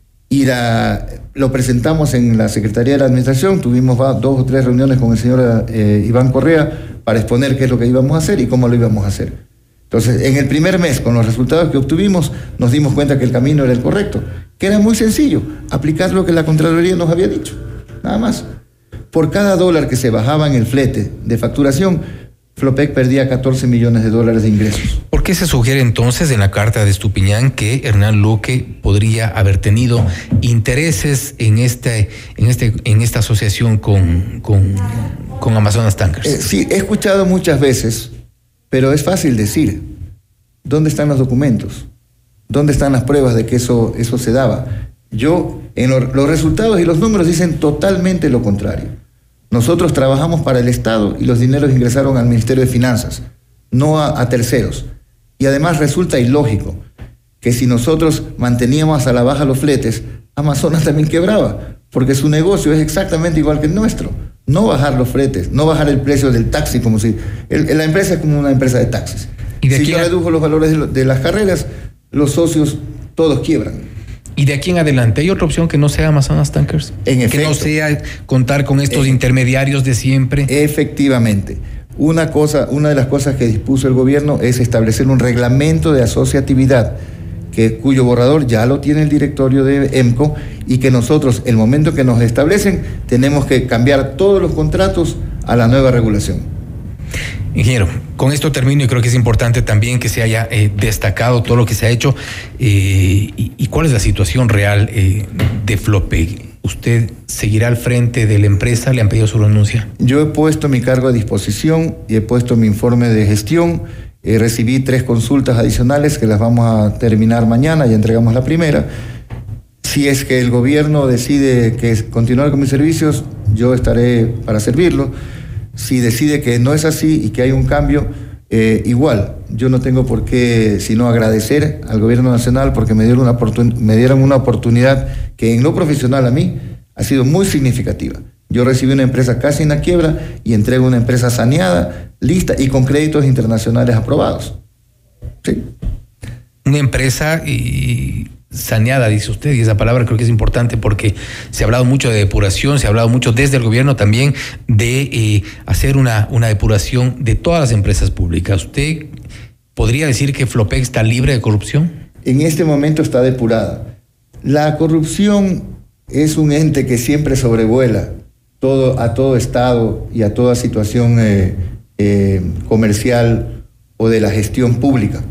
Y la, lo presentamos en la Secretaría de la Administración, tuvimos va, dos o tres reuniones con el señor eh, Iván Correa para exponer qué es lo que íbamos a hacer y cómo lo íbamos a hacer. Entonces, en el primer mes, con los resultados que obtuvimos, nos dimos cuenta que el camino era el correcto, que era muy sencillo, aplicar lo que la Contraloría nos había dicho, nada más. Por cada dólar que se bajaba en el flete de facturación, Flopec perdía catorce millones de dólares de ingresos. ¿Por qué se sugiere entonces en la carta de Estupiñán que Hernán Luque podría haber tenido intereses en este, en este, en esta asociación con, con, con Amazonas Tankers? Eh, sí, he escuchado muchas veces, pero es fácil decir. ¿Dónde están los documentos? ¿Dónde están las pruebas de que eso, eso se daba? Yo, en lo, los resultados y los números dicen totalmente lo contrario. Nosotros trabajamos para el Estado y los dineros ingresaron al Ministerio de Finanzas, no a, a terceros. Y además resulta ilógico que si nosotros manteníamos a la baja los fletes, Amazonas también quebraba, porque su negocio es exactamente igual que el nuestro. No bajar los fletes, no bajar el precio del taxi, como si... El, la empresa es como una empresa de taxis. ¿Y de si yo a... redujo los valores de, lo, de las carreras, los socios todos quiebran. ¿Y de aquí en adelante hay otra opción que no sea Amazonas Tankers? En efecto. Que no sea contar con estos eh, intermediarios de siempre. Efectivamente. Una cosa, una de las cosas que dispuso el gobierno es establecer un reglamento de asociatividad, que, cuyo borrador ya lo tiene el directorio de EMCO, y que nosotros, el momento que nos establecen, tenemos que cambiar todos los contratos a la nueva regulación. Ingeniero, con esto termino y creo que es importante también que se haya eh, destacado todo lo que se ha hecho eh, y, y cuál es la situación real eh, de Flopec. ¿Usted seguirá al frente de la empresa? ¿Le han pedido su renuncia? Yo he puesto mi cargo a disposición y he puesto mi informe de gestión. Eh, recibí tres consultas adicionales que las vamos a terminar mañana y entregamos la primera. Si es que el gobierno decide que continuar con mis servicios, yo estaré para servirlo. Si decide que no es así y que hay un cambio, Eh, igual, yo no tengo por qué sino agradecer al gobierno nacional porque me dieron, una oportun- me dieron una oportunidad que en lo profesional a mí ha sido muy significativa. Yo recibí una empresa casi en la quiebra y entrego una empresa saneada, lista y con créditos internacionales aprobados. Sí. Una empresa y saneada, dice usted, y esa palabra creo que es importante porque se ha hablado mucho de depuración, se ha hablado mucho desde el gobierno también de eh, hacer una, una depuración de todas las empresas públicas. ¿Usted podría decir que Flopec está libre de corrupción? En este momento está depurada. La corrupción es un ente que siempre sobrevuela todo, a todo estado y a toda situación eh, eh, comercial o de la gestión pública.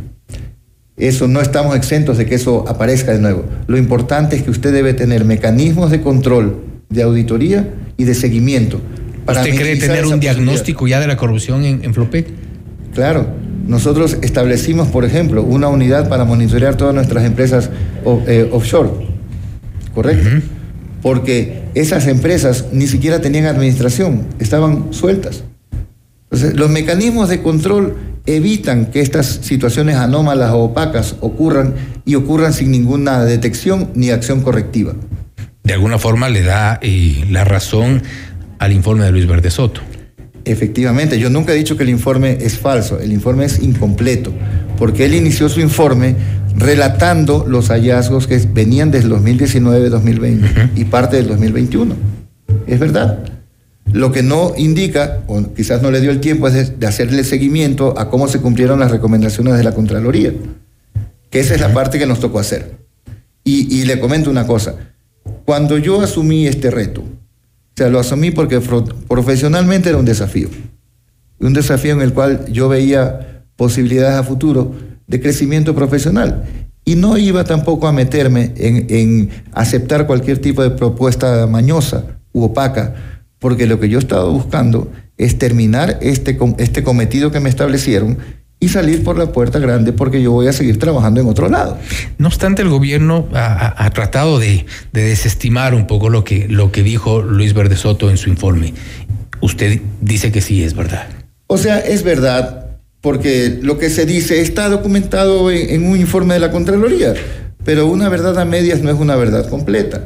Eso no estamos exentos de que eso aparezca de nuevo. Lo importante es que usted debe tener mecanismos de control, de auditoría y de seguimiento. Para ¿Usted cree tener un diagnóstico ya de la corrupción en, en Flopec? Claro. Nosotros establecimos, por ejemplo, una unidad para monitorear todas nuestras empresas o, eh, offshore. ¿Correcto? Uh-huh. Porque esas empresas ni siquiera tenían administración, estaban sueltas. Entonces, los mecanismos de control evitan que estas situaciones anómalas o opacas ocurran y ocurran sin ninguna detección ni acción correctiva. De alguna forma le da eh, la razón al informe de Luis Verde Soto. Efectivamente, yo nunca he dicho que el informe es falso, el informe es incompleto, porque él inició su informe relatando los hallazgos que venían desde el dos mil diecinueve, dos mil veinte uh-huh. y parte del dos mil veintiuno. Es verdad. Lo que no indica, o quizás no le dio el tiempo, es de hacerle seguimiento a cómo se cumplieron las recomendaciones de la Contraloría, que esa es la parte que nos tocó hacer. Y, y le comento una cosa, cuando yo asumí este reto, o sea, lo asumí porque profesionalmente era un desafío, un desafío en el cual yo veía posibilidades a futuro de crecimiento profesional, y no iba tampoco a meterme en, en aceptar cualquier tipo de propuesta mañosa u opaca, porque lo que yo he estado buscando es terminar este, este cometido que me establecieron y salir por la puerta grande, porque yo voy a seguir trabajando en otro lado. No obstante, el gobierno ha, ha tratado de, de desestimar un poco lo que, lo que dijo Luis Verde Soto en su informe. Usted dice que sí es verdad. O sea, es verdad, porque lo que se dice está documentado en, en un informe de la Contraloría, pero una verdad a medias no es una verdad completa.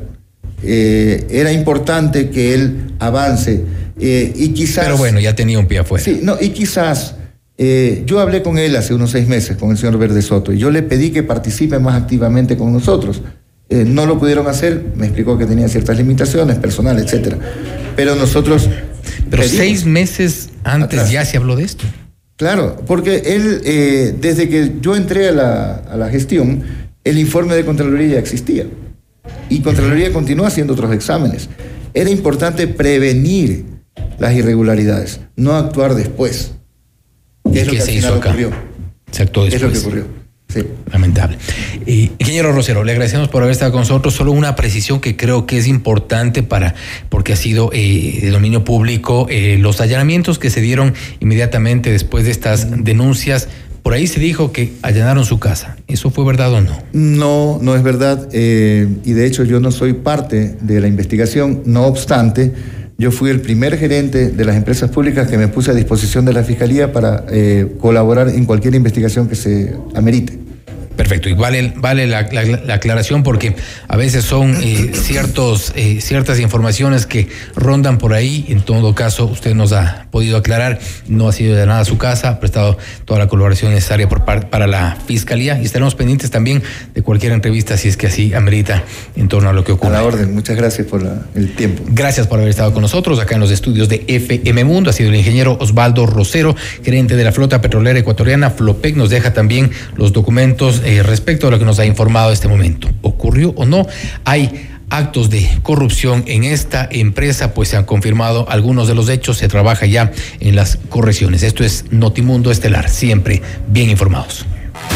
Eh, era importante que él avance eh, y quizás... Pero bueno, ya tenía un pie afuera. Sí, no, y quizás... Eh, yo hablé con él hace unos seis meses, con el señor Verde Soto, y yo le pedí que participe más activamente con nosotros. Eh, no lo pudieron hacer, me explicó que tenía ciertas limitaciones personales, etcétera. Pero nosotros... Pero pedimos, seis meses antes atrás. Ya se habló de esto. Claro, porque él, eh, desde que yo entré a la, a la gestión, el informe de Contraloría ya existía. Y Contraloría continúa haciendo otros exámenes. Era importante prevenir las irregularidades, no actuar después. ¿Qué es lo que se hizo acá? Ocurrió. Se actuó después. Es lo que ocurrió. Sí. Lamentable. Eh, ingeniero Rosero, le agradecemos por haber estado con nosotros. Solo una precisión que creo que es importante para, porque ha sido eh, de dominio público, eh, los allanamientos que se dieron inmediatamente después de estas denuncias. Por ahí se dijo que allanaron su casa. ¿Eso fue verdad o no? No, no es verdad. Eh, y de hecho yo no soy parte de la investigación. No obstante, yo fui el primer gerente de las empresas públicas que me puse a disposición de la Fiscalía para eh, colaborar en cualquier investigación que se amerite. Perfecto, y vale, vale la, la, la aclaración porque a veces son eh, ciertos, eh, ciertas informaciones que rondan por ahí. En todo caso, usted nos ha podido aclarar, no ha sido de nada a su casa, ha prestado toda la colaboración necesaria por par, para la Fiscalía, y estaremos pendientes también de cualquier entrevista si es que así amerita en torno a lo que ocurre. A la orden, muchas gracias por la, el tiempo. Gracias por haber estado con nosotros acá en los estudios de F M Mundo. Ha sido el ingeniero Osvaldo Rosero, gerente de la flota petrolera ecuatoriana. Flopec nos deja también los documentos Eh, respecto a lo que nos ha informado este momento. ¿Ocurrió o no? Hay actos de corrupción en esta empresa, pues se han confirmado algunos de los hechos, se trabaja ya en las correcciones. Esto es Notimundo Estelar, siempre bien informados.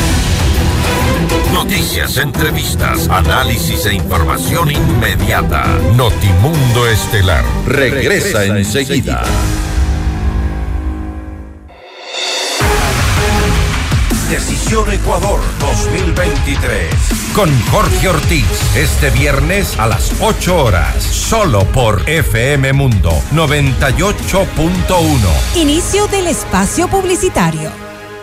Noticias, entrevistas, análisis e información inmediata. Notimundo Estelar regresa, regresa enseguida. Decisión Ecuador dos mil veintitrés. Con Jorge Ortiz, este viernes a las ocho horas, solo por F M Mundo noventa y ocho punto uno. Inicio del espacio publicitario.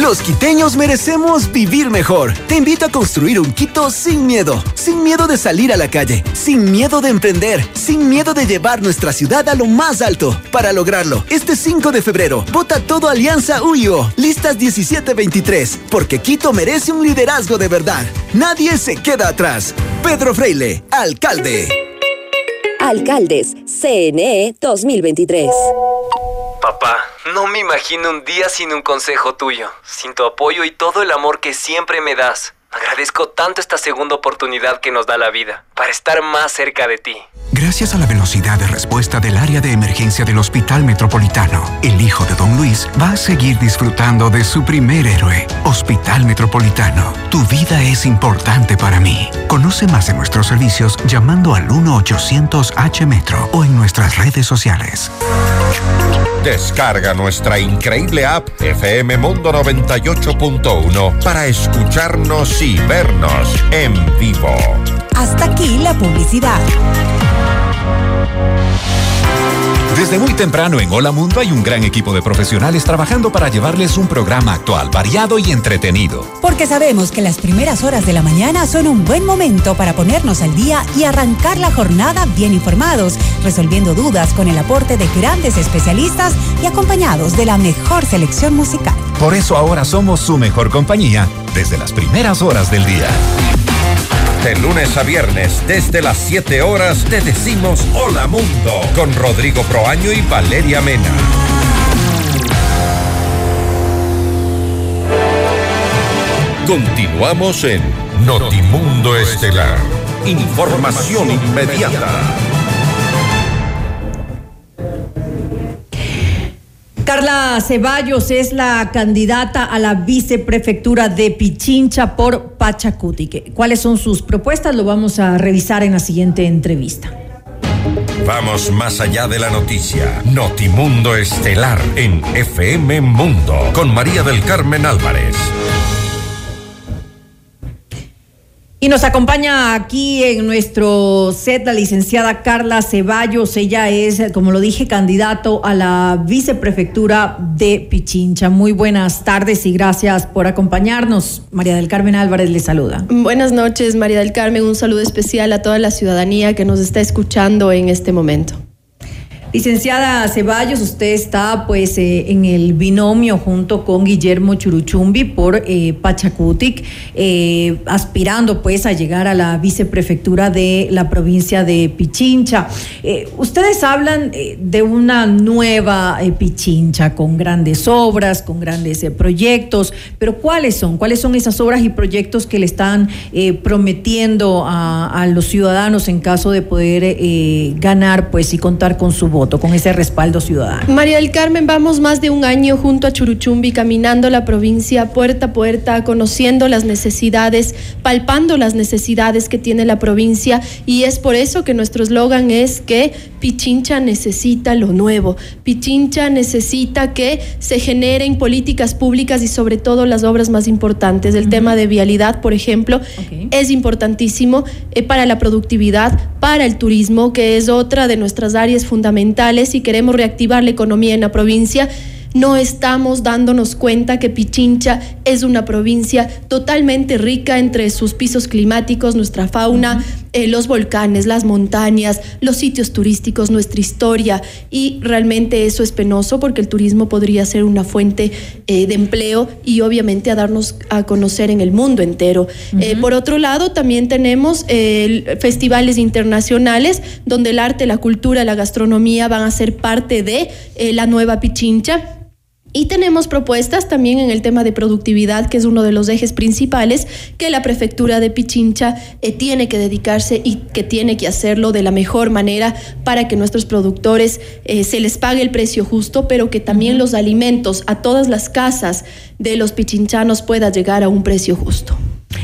Los quiteños merecemos vivir mejor. Te invito a construir un Quito sin miedo. Sin miedo de salir a la calle. Sin miedo de emprender. Sin miedo de llevar nuestra ciudad a lo más alto. Para lograrlo, este cinco de febrero, vota todo Alianza U I O. Listas diecisiete veintitrés. Porque Quito merece un liderazgo de verdad. Nadie se queda atrás. Pedro Freile, alcalde. Alcaldes, C N E dos mil veintitrés. Papá, no me imagino un día sin un consejo tuyo, sin tu apoyo y todo el amor que siempre me das. Agradezco tanto esta segunda oportunidad que nos da la vida, para estar más cerca de ti. Gracias a la velocidad de respuesta del área de emergencia del Hospital Metropolitano, el hijo de Don Luis va a seguir disfrutando de su primer héroe. Hospital Metropolitano, tu vida es importante para mí. Conoce más de nuestros servicios llamando al uno ochocientos H Metro o en nuestras redes sociales. Descarga nuestra increíble app F M Mundo noventa y ocho punto uno para escucharnos y vernos en vivo. Hasta aquí la publicidad. Desde muy temprano en Hola Mundo hay un gran equipo de profesionales trabajando para llevarles un programa actual, variado y entretenido. Porque sabemos que las primeras horas de la mañana son un buen momento para ponernos al día y arrancar la jornada bien informados, resolviendo dudas con el aporte de grandes especialistas y acompañados de la mejor selección musical. Por eso ahora somos su mejor compañía desde las primeras horas del día. De lunes a viernes, desde las siete horas, te decimos Hola Mundo, con Rodrigo Proaño y Valeria Mena. Continuamos en Notimundo Estelar. Información inmediata. Carla Ceballos es la candidata a la viceprefectura de Pichincha por Pachacutic. ¿Cuáles son sus propuestas? Lo vamos a revisar en la siguiente entrevista. Vamos más allá de la noticia. Notimundo Estelar en F M Mundo con María del Carmen Álvarez. Y nos acompaña aquí en nuestro set la licenciada Carla Ceballos. Ella es, como lo dije, candidato a la viceprefectura de Pichincha. Muy buenas tardes y gracias por acompañarnos. María del Carmen Álvarez le saluda. Buenas noches, María del Carmen. Un saludo especial a toda la ciudadanía que nos está escuchando en este momento. Licenciada Ceballos, usted está pues eh, en el binomio junto con Guillermo Churuchumbi por eh, Pachacutic, eh, aspirando pues a llegar a la viceprefectura de la provincia de Pichincha. Eh, ustedes hablan eh, de una nueva eh, Pichincha con grandes obras, con grandes eh, proyectos, pero ¿cuáles son? ¿Cuáles son esas obras y proyectos que le están eh, prometiendo a, a los ciudadanos en caso de poder eh, ganar pues y contar con su voto, con ese respaldo ciudadano? María del Carmen, vamos más de un año junto a Churuchumbi caminando la provincia puerta a puerta, conociendo las necesidades, palpando las necesidades que tiene la provincia, y es por eso que nuestro eslogan es que Pichincha necesita lo nuevo. Pichincha necesita que se generen políticas públicas y sobre todo las obras más importantes. El uh-huh. tema de vialidad, por ejemplo, okay. es importantísimo eh, para la productividad, para el turismo, que es otra de nuestras áreas fundamentales. Si queremos reactivar la economía en la provincia, no estamos dándonos cuenta que Pichincha es una provincia totalmente rica entre sus pisos climáticos, nuestra fauna, uh-huh. eh, los volcanes, las montañas, los sitios turísticos, nuestra historia, y realmente eso es penoso porque el turismo podría ser una fuente eh, de empleo y obviamente a darnos a conocer en el mundo entero. Uh-huh. Eh, por otro lado, también tenemos eh, festivales internacionales donde el arte, la cultura, la gastronomía van a ser parte de eh, la nueva Pichincha. Y tenemos propuestas también en el tema de productividad, que es uno de los ejes principales que la prefectura de Pichincha eh, tiene que dedicarse y que tiene que hacerlo de la mejor manera para que nuestros productores eh, se les pague el precio justo, pero que también uh-huh. los alimentos a todas las casas de los pichinchanos pueda llegar a un precio justo.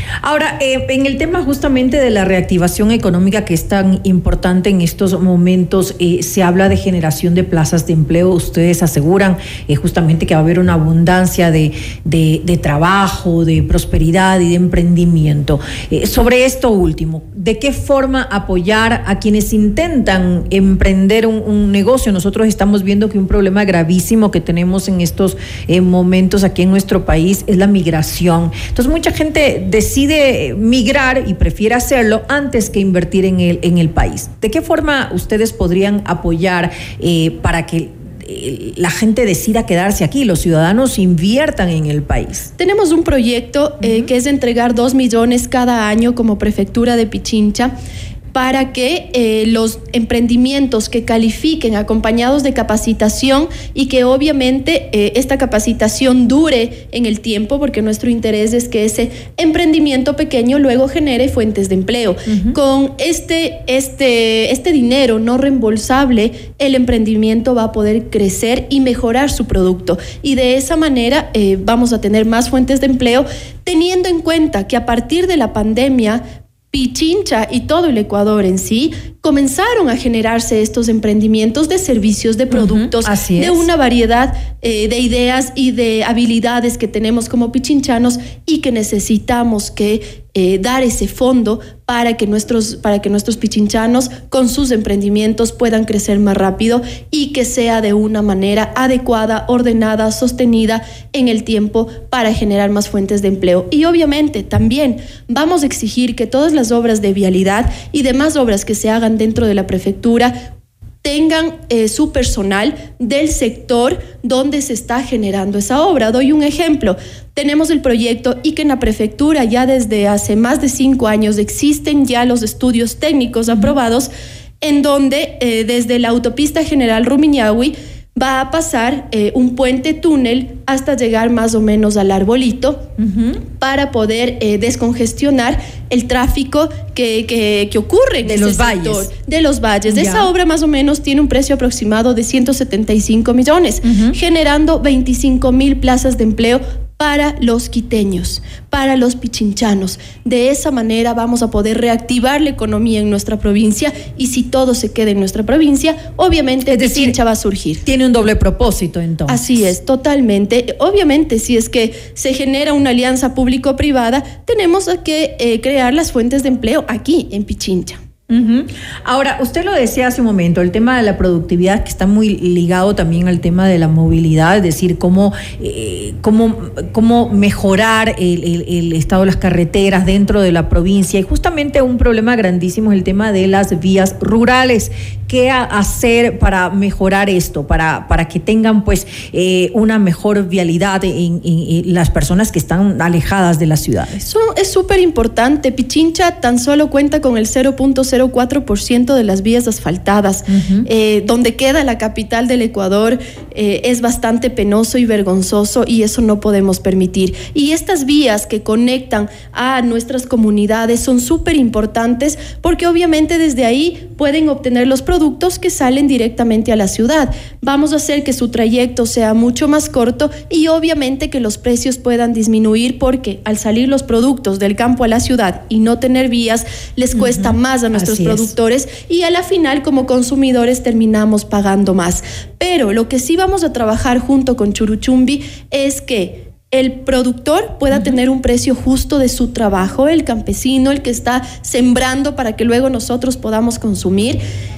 Ahora, eh, en el tema justamente de la reactivación económica que es tan importante en estos momentos, eh, se habla de generación de plazas de empleo. Ustedes aseguran eh, justamente que va a haber una abundancia de, de, de trabajo, de prosperidad y de emprendimiento. Eh, sobre esto último, ¿de qué forma apoyar a quienes intentan emprender un, un negocio? Nosotros estamos viendo que un problema gravísimo que tenemos en estos eh, momentos aquí en nuestro país es la migración. Entonces, mucha gente decide migrar y prefiere hacerlo antes que invertir en el, en el país. ¿De qué forma ustedes podrían apoyar eh, para que eh, la gente decida quedarse aquí, los ciudadanos inviertan en el país? Tenemos un proyecto eh, uh-huh. que es de entregar dos millones cada año como prefectura de Pichincha, para que eh, los emprendimientos que califiquen acompañados de capacitación y que obviamente eh, esta capacitación dure en el tiempo, porque nuestro interés es que ese emprendimiento pequeño luego genere fuentes de empleo. Uh-huh. Con este, este, este dinero no reembolsable, el emprendimiento va a poder crecer y mejorar su producto. Y de esa manera eh, vamos a tener más fuentes de empleo, teniendo en cuenta que a partir de la pandemia, Pichincha y todo el Ecuador en sí comenzaron a generarse estos emprendimientos de servicios, de productos, uh-huh, de una variedad eh, de ideas y de habilidades que tenemos como pichinchanos y que necesitamos que eh, dar ese fondo para que nuestros para que nuestros pichinchanos con sus emprendimientos puedan crecer más rápido y que sea de una manera adecuada, ordenada, sostenida en el tiempo para generar más fuentes de empleo. Y obviamente también vamos a exigir que todas las obras de vialidad y demás obras que se hagan dentro de la prefectura tengan eh, su personal del sector donde se está generando esa obra. Doy un ejemplo. Tenemos el proyecto y que en la prefectura ya desde hace más de cinco años existen ya los estudios técnicos aprobados en donde eh, desde la autopista General Rumiñahui va a pasar eh, un puente túnel hasta llegar más o menos al Arbolito, uh-huh, para poder eh, descongestionar el tráfico que, que, que ocurre en de ese los sector, valles. de los valles. Ya. Esa obra más o menos tiene un precio aproximado de ciento setenta y cinco millones, uh-huh, generando veinticinco mil plazas de empleo para los quiteños, para los pichinchanos. De esa manera vamos a poder reactivar la economía en nuestra provincia y si todo se queda en nuestra provincia, obviamente Pichincha va a surgir. Tiene un doble propósito entonces. Así es, totalmente. Obviamente, si es que se genera una alianza público-privada, tenemos que eh, crear las fuentes de empleo aquí en Pichincha. Uh-huh. Ahora, usted lo decía hace un momento, el tema de la productividad que está muy ligado también al tema de la movilidad, es decir, cómo, eh, cómo, cómo mejorar el, el, el estado de las carreteras dentro de la provincia. Y justamente un problema grandísimo es el tema de las vías rurales. ¿Qué hacer para mejorar esto, para, para que tengan pues eh, una mejor vialidad en, en, en las personas que están alejadas de las ciudades? Eso es súper importante. Pichincha tan solo cuenta con el cero punto cero cuatro por ciento de las vías asfaltadas. Uh-huh. Eh, donde queda la capital del Ecuador eh, es bastante penoso y vergonzoso y eso no podemos permitir. Y estas vías que conectan a nuestras comunidades son súper importantes porque obviamente desde ahí pueden obtener los productos que salen directamente a la ciudad. Vamos a hacer que su trayecto sea mucho más corto y obviamente que los precios puedan disminuir porque al salir los productos del campo a la ciudad y no tener vías les cuesta uh-huh. más a nuestros Así productores es. Y a la final como consumidores terminamos pagando más. Pero lo que sí vamos a trabajar junto con Churuchumbi es que el productor pueda uh-huh. tener un precio justo de su trabajo, el campesino, el que está sembrando para que luego nosotros podamos consumir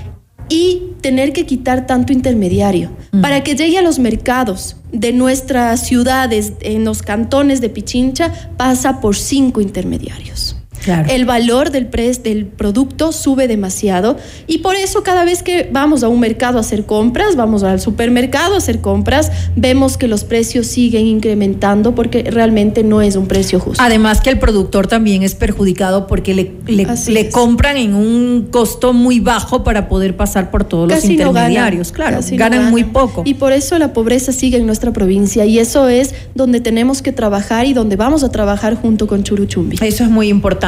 y tener que quitar tanto intermediario uh-huh. para que llegue a los mercados de nuestras ciudades, en los cantones de Pichincha, pasa por cinco intermediarios. Claro. El valor del, pres, del producto sube demasiado y por eso cada vez que vamos a un mercado a hacer compras, vamos al supermercado a hacer compras, vemos que los precios siguen incrementando porque realmente no es un precio justo. Además que el productor también es perjudicado porque le, le, le compran en un costo muy bajo para poder pasar por todos Casi los intermediarios. No ganan, claro, ganan, no ganan muy poco. Y por eso la pobreza sigue en nuestra provincia y eso es donde tenemos que trabajar y donde vamos a trabajar junto con Churuchumbi. Eso es muy importante.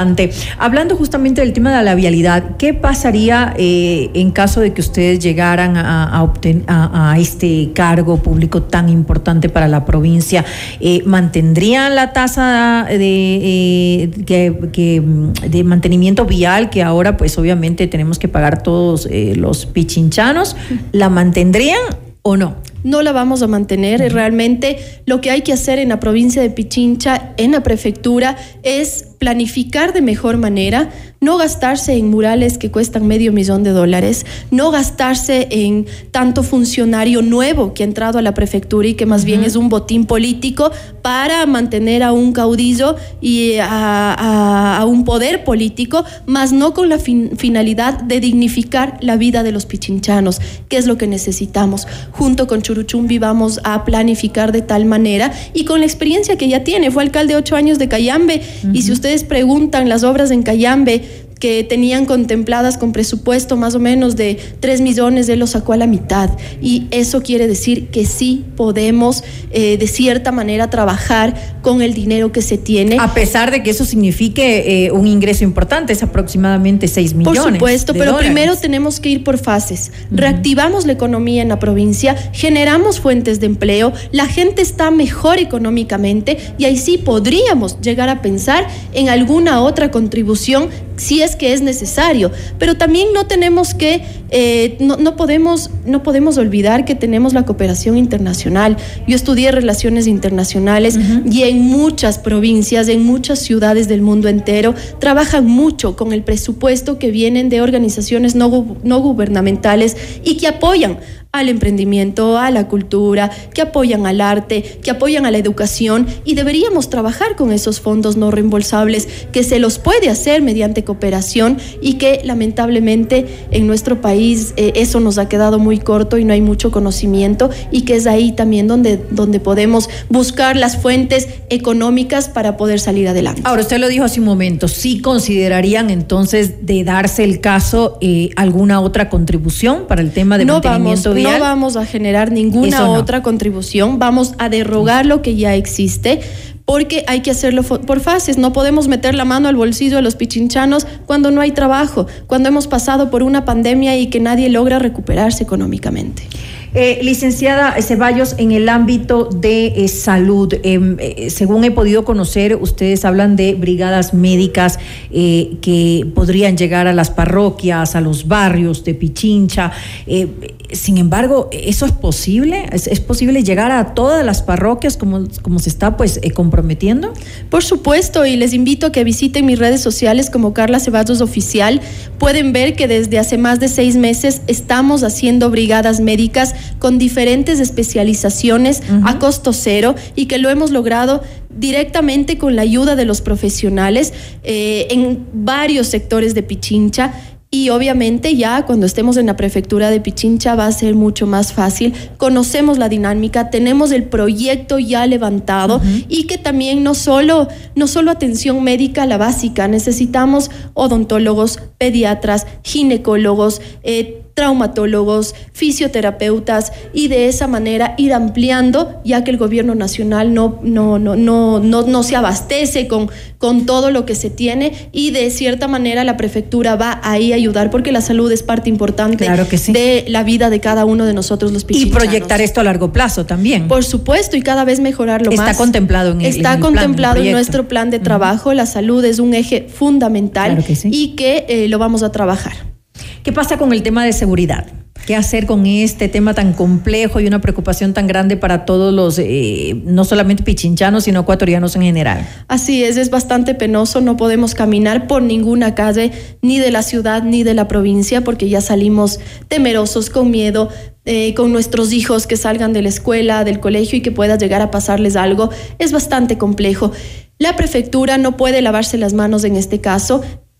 importante. Hablando justamente del tema de la vialidad, ¿qué pasaría eh, en caso de que ustedes llegaran a, a, obten, a, a este cargo público tan importante para la provincia? Eh, ¿Mantendrían la tasa de, eh, que, que, de mantenimiento vial que ahora pues obviamente tenemos que pagar todos eh, los pichinchanos? ¿La mantendrían o no? No la vamos a mantener. Uh-huh. Realmente lo que hay que hacer en la provincia de Pichincha, en la prefectura, es planificar de mejor manera, no gastarse en murales que cuestan medio millón de dólares, no gastarse en tanto funcionario nuevo que ha entrado a la prefectura y que más uh-huh. bien es un botín político para mantener a un caudillo y a, a, a un poder político, más no con la fin, finalidad de dignificar la vida de los pichinchanos, que es lo que necesitamos. Junto con Churuchumbi vamos a planificar de tal manera, y con la experiencia que ya tiene, fue alcalde ocho años de Cayambe, uh-huh. y si ustedes preguntan las obras en Cayambe que tenían contempladas con presupuesto más o menos de tres millones, él lo sacó a la mitad, y eso quiere decir que sí podemos eh, de cierta manera trabajar con el dinero que se tiene. A pesar de que eso signifique eh, un ingreso importante, es aproximadamente seis millones. Por supuesto, pero dólares. Primero tenemos que ir por fases. Uh-huh. Reactivamos la economía en la provincia, generamos fuentes de empleo, la gente está mejor económicamente, y ahí sí podríamos llegar a pensar en alguna otra contribución si es que es necesario, pero también no tenemos que, eh, no, no podemos, no podemos olvidar que tenemos la cooperación internacional. Yo estudié relaciones internacionales uh-huh. y en muchas provincias, en muchas ciudades del mundo entero, trabajan mucho con el presupuesto que vienen de organizaciones no, no gubernamentales y que apoyan al emprendimiento, a la cultura, que apoyan al arte, que apoyan a la educación, y deberíamos trabajar con esos fondos no reembolsables que se los puede hacer mediante cooperación, y que lamentablemente en nuestro país eh, eso nos ha quedado muy corto y no hay mucho conocimiento, y que es ahí también donde, donde podemos buscar las fuentes económicas para poder salir adelante. Ahora, usted lo dijo hace un momento, ¿sí considerarían entonces, de darse el caso, eh, alguna otra contribución para el tema de no mantenimiento vamos, vial? No vamos a generar ninguna no. otra contribución, vamos a derogar lo que ya existe, porque hay que hacerlo por fases. No podemos meter la mano al bolsillo de los pichinchanos cuando no hay trabajo, cuando hemos pasado por una pandemia y que nadie logra recuperarse económicamente. Eh, licenciada Ceballos, en el ámbito de eh, salud, eh, eh, según he podido conocer, ustedes hablan de brigadas médicas eh, que podrían llegar a las parroquias, a los barrios de Pichincha. Eh, sin embargo, ¿eso es posible? ¿Es, es posible llegar a todas las parroquias como, como se está pues eh, comprometiendo? Por supuesto, y les invito a que visiten mis redes sociales como Carla Ceballos Oficial. Pueden ver que desde hace más de seis meses estamos haciendo brigadas médicas con diferentes especializaciones uh-huh. a costo cero, y que lo hemos logrado directamente con la ayuda de los profesionales eh, en varios sectores de Pichincha. Y obviamente ya cuando estemos en la prefectura de Pichincha va a ser mucho más fácil. Conocemos la dinámica, tenemos el proyecto ya levantado uh-huh. y que también no solo, no solo atención médica, la básica, necesitamos odontólogos, pediatras, ginecólogos, eh, traumatólogos, fisioterapeutas, y de esa manera ir ampliando, ya que el gobierno nacional no, no, no, no, no, no se abastece con, con todo lo que se tiene, y de cierta manera la prefectura va ahí a ayudar, porque la salud es parte importante claro que sí. de la vida de cada uno de nosotros los pichinchanos. Y proyectar esto a largo plazo también. Por supuesto, y cada vez mejorarlo Está más. Está contemplado en el Está en el contemplado plan, en, en nuestro plan de trabajo. Uh-huh. La salud es un eje fundamental claro que sí. y que eh, lo vamos a trabajar. ¿Qué pasa con el tema de seguridad? ¿Qué hacer con este tema tan complejo y una preocupación tan grande para todos los, eh, no solamente pichinchanos, sino ecuatorianos en general? Así es, es bastante penoso. No podemos caminar por ninguna calle, ni de la ciudad ni de la provincia, porque ya salimos temerosos, con miedo, eh, con nuestros hijos que salgan de la escuela, del colegio, y que pueda llegar a pasarles algo. Es bastante complejo. La prefectura no puede lavarse las manos en este caso,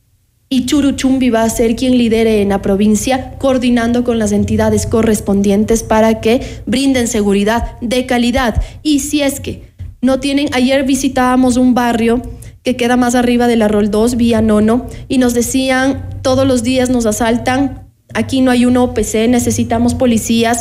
y Churuchumbi va a ser quien lidere en la provincia, coordinando con las entidades correspondientes para que brinden seguridad de calidad. Y si es que no tienen, ayer visitábamos un barrio que queda más arriba de la Roldós, vía Nono, y nos decían, todos los días nos asaltan, aquí no hay un O P C, necesitamos policías.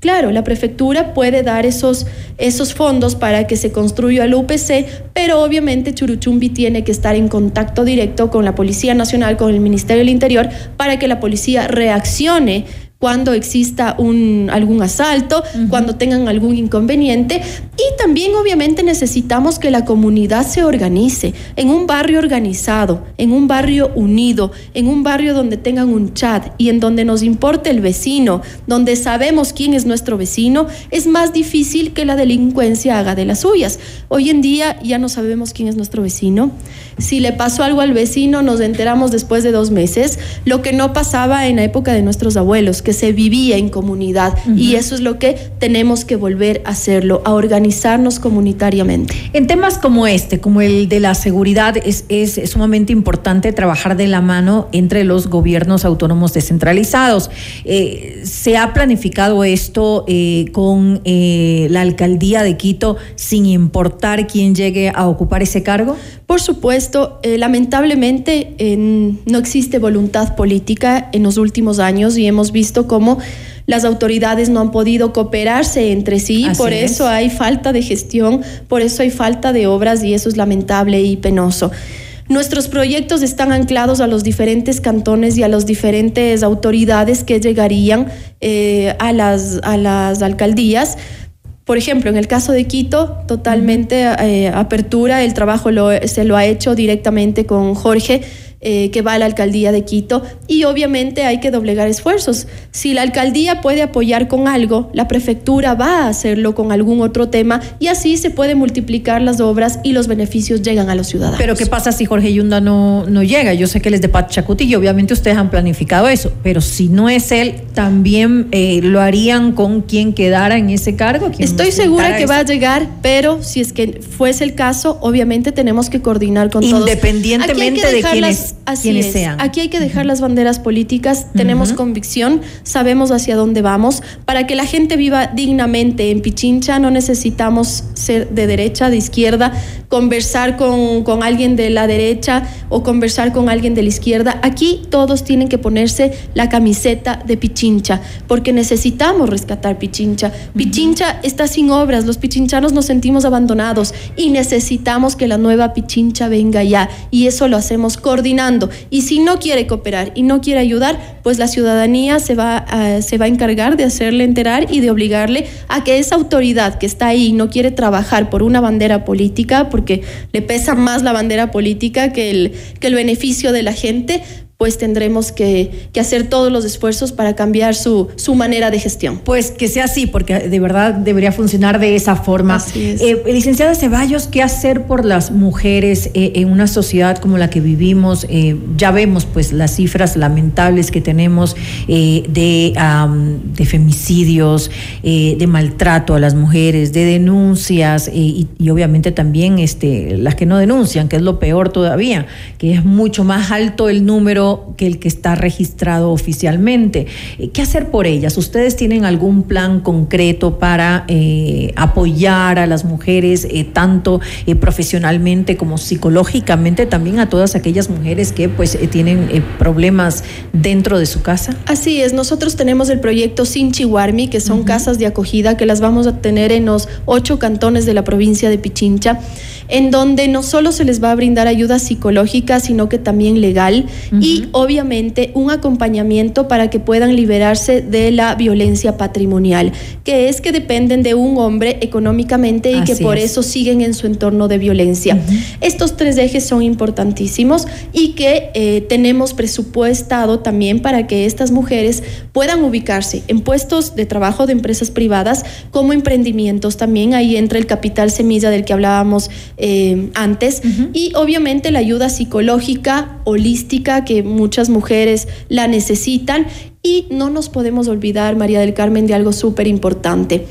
Claro, la prefectura puede dar esos, esos fondos para que se construya el U P C, pero obviamente Churuchumbi tiene que estar en contacto directo con la Policía Nacional, con el Ministerio del Interior, para que la policía reaccione cuando exista un, algún asalto, uh-huh. cuando tengan algún inconveniente. Y también obviamente necesitamos que la comunidad se organice en un barrio organizado, en un barrio unido, en un barrio donde tengan un chat y en donde nos importe el vecino, donde sabemos quién es nuestro vecino. Es más difícil que la delincuencia haga de las suyas. Hoy en día ya no sabemos quién es nuestro vecino. Si le pasó algo al vecino, nos enteramos después de dos meses, lo que no pasaba en la época de nuestros abuelos, que se vivía en comunidad. Uh-huh. Y eso es lo que tenemos que volver a hacerlo, a organizarnos comunitariamente. En temas como este, como el de la seguridad, es, es sumamente importante trabajar de la mano entre los gobiernos autónomos descentralizados. Eh, ¿Se ha planificado esto eh, con eh, la alcaldía de Quito sin importar quién llegue a ocupar ese cargo? Por supuesto, eh, lamentablemente eh, no existe voluntad política en los últimos años y hemos visto cómo las autoridades no han podido cooperarse entre sí. Así por eso es. Hay falta de gestión, por eso hay falta de obras y eso es lamentable y penoso. Nuestros proyectos están anclados a los diferentes cantones y a las diferentes autoridades que llegarían eh, a las, a las alcaldías. Por ejemplo, en el caso de Quito, totalmente eh, apertura, el trabajo lo, se lo ha hecho directamente con Jorge, eh, que va a la alcaldía de Quito, y obviamente hay que doblegar esfuerzos. Si la alcaldía puede apoyar con algo, la prefectura va a hacerlo con algún otro tema, y así se pueden multiplicar las obras y los beneficios llegan a los ciudadanos. Pero ¿qué pasa si Jorge Yunda no, no llega? Yo sé que él es de Pachacuti y obviamente ustedes han planificado eso, pero si no es él, ¿también eh, lo harían con quien quedara en ese cargo? Estoy segura que va a llegar, pero si es que fuese el caso, obviamente tenemos que coordinar con todos. Independientemente de quienes, quienes sean. Aquí hay que dejar uh-huh. las banderas políticas, tenemos uh-huh. convicción, sabemos hacia dónde vamos. Para que la gente viva dignamente en Pichincha no necesitamos ser de derecha, de izquierda, conversar con, con alguien de la derecha o conversar con alguien de la izquierda. Aquí todos tienen que ponerse la camiseta de Pichincha, porque necesitamos rescatar Pichincha. Pichincha uh-huh. está sin obras, los pichinchanos nos sentimos abandonados y necesitamos que la nueva Pichincha venga ya, y eso lo hacemos coordinando. Y si no quiere cooperar y no quiere ayudar, pues la ciudadanía se va, a, se va a encargar de hacerle enterar y de obligarle a que esa autoridad que está ahí y no quiere trabajar por una bandera política, porque le pesa más la bandera política que el, que el beneficio de la gente, pues tendremos que, que hacer todos los esfuerzos para cambiar su, su manera de gestión. Pues que sea así, porque de verdad debería funcionar de esa forma. Así es. Eh, licenciada Ceballos, ¿qué hacer por las mujeres eh, en una sociedad como la que vivimos? Eh, ya vemos pues las cifras lamentables que tenemos eh, de, um, de femicidios, eh, de maltrato a las mujeres, de denuncias eh, y, y obviamente también este, las que no denuncian, que es lo peor todavía, que es mucho más alto el número que el que está registrado oficialmente. ¿Qué hacer por ellas? ¿Ustedes tienen algún plan concreto para eh, apoyar a las mujeres, eh, tanto eh, profesionalmente como psicológicamente, también a todas aquellas mujeres que pues eh, tienen eh, problemas dentro de su casa? Así es, nosotros tenemos el proyecto Sinchihuarmi, que son uh-huh. casas de acogida que las vamos a tener en los ocho cantones de la provincia de Pichincha, en donde no solo se les va a brindar ayuda psicológica, sino que también legal uh-huh. y obviamente un acompañamiento para que puedan liberarse de la violencia patrimonial, que es que dependen de un hombre económicamente y Así que por es. eso siguen en su entorno de violencia. Uh-huh. Estos tres ejes son importantísimos y que eh, tenemos presupuestado también para que estas mujeres puedan ubicarse en puestos de trabajo de empresas privadas como emprendimientos. También ahí entra el capital semilla del que hablábamos eh, antes uh-huh. y obviamente la ayuda psicológica, holística, que muchas mujeres la necesitan. Y no nos podemos olvidar, María del Carmen, de algo súper importante.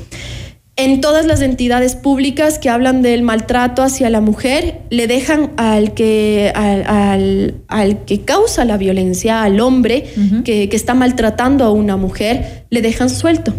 En todas las entidades públicas que hablan del maltrato hacia la mujer, le dejan al que, al, al, al que causa la violencia, al hombre uh-huh. que, que está maltratando a una mujer, le dejan suelto.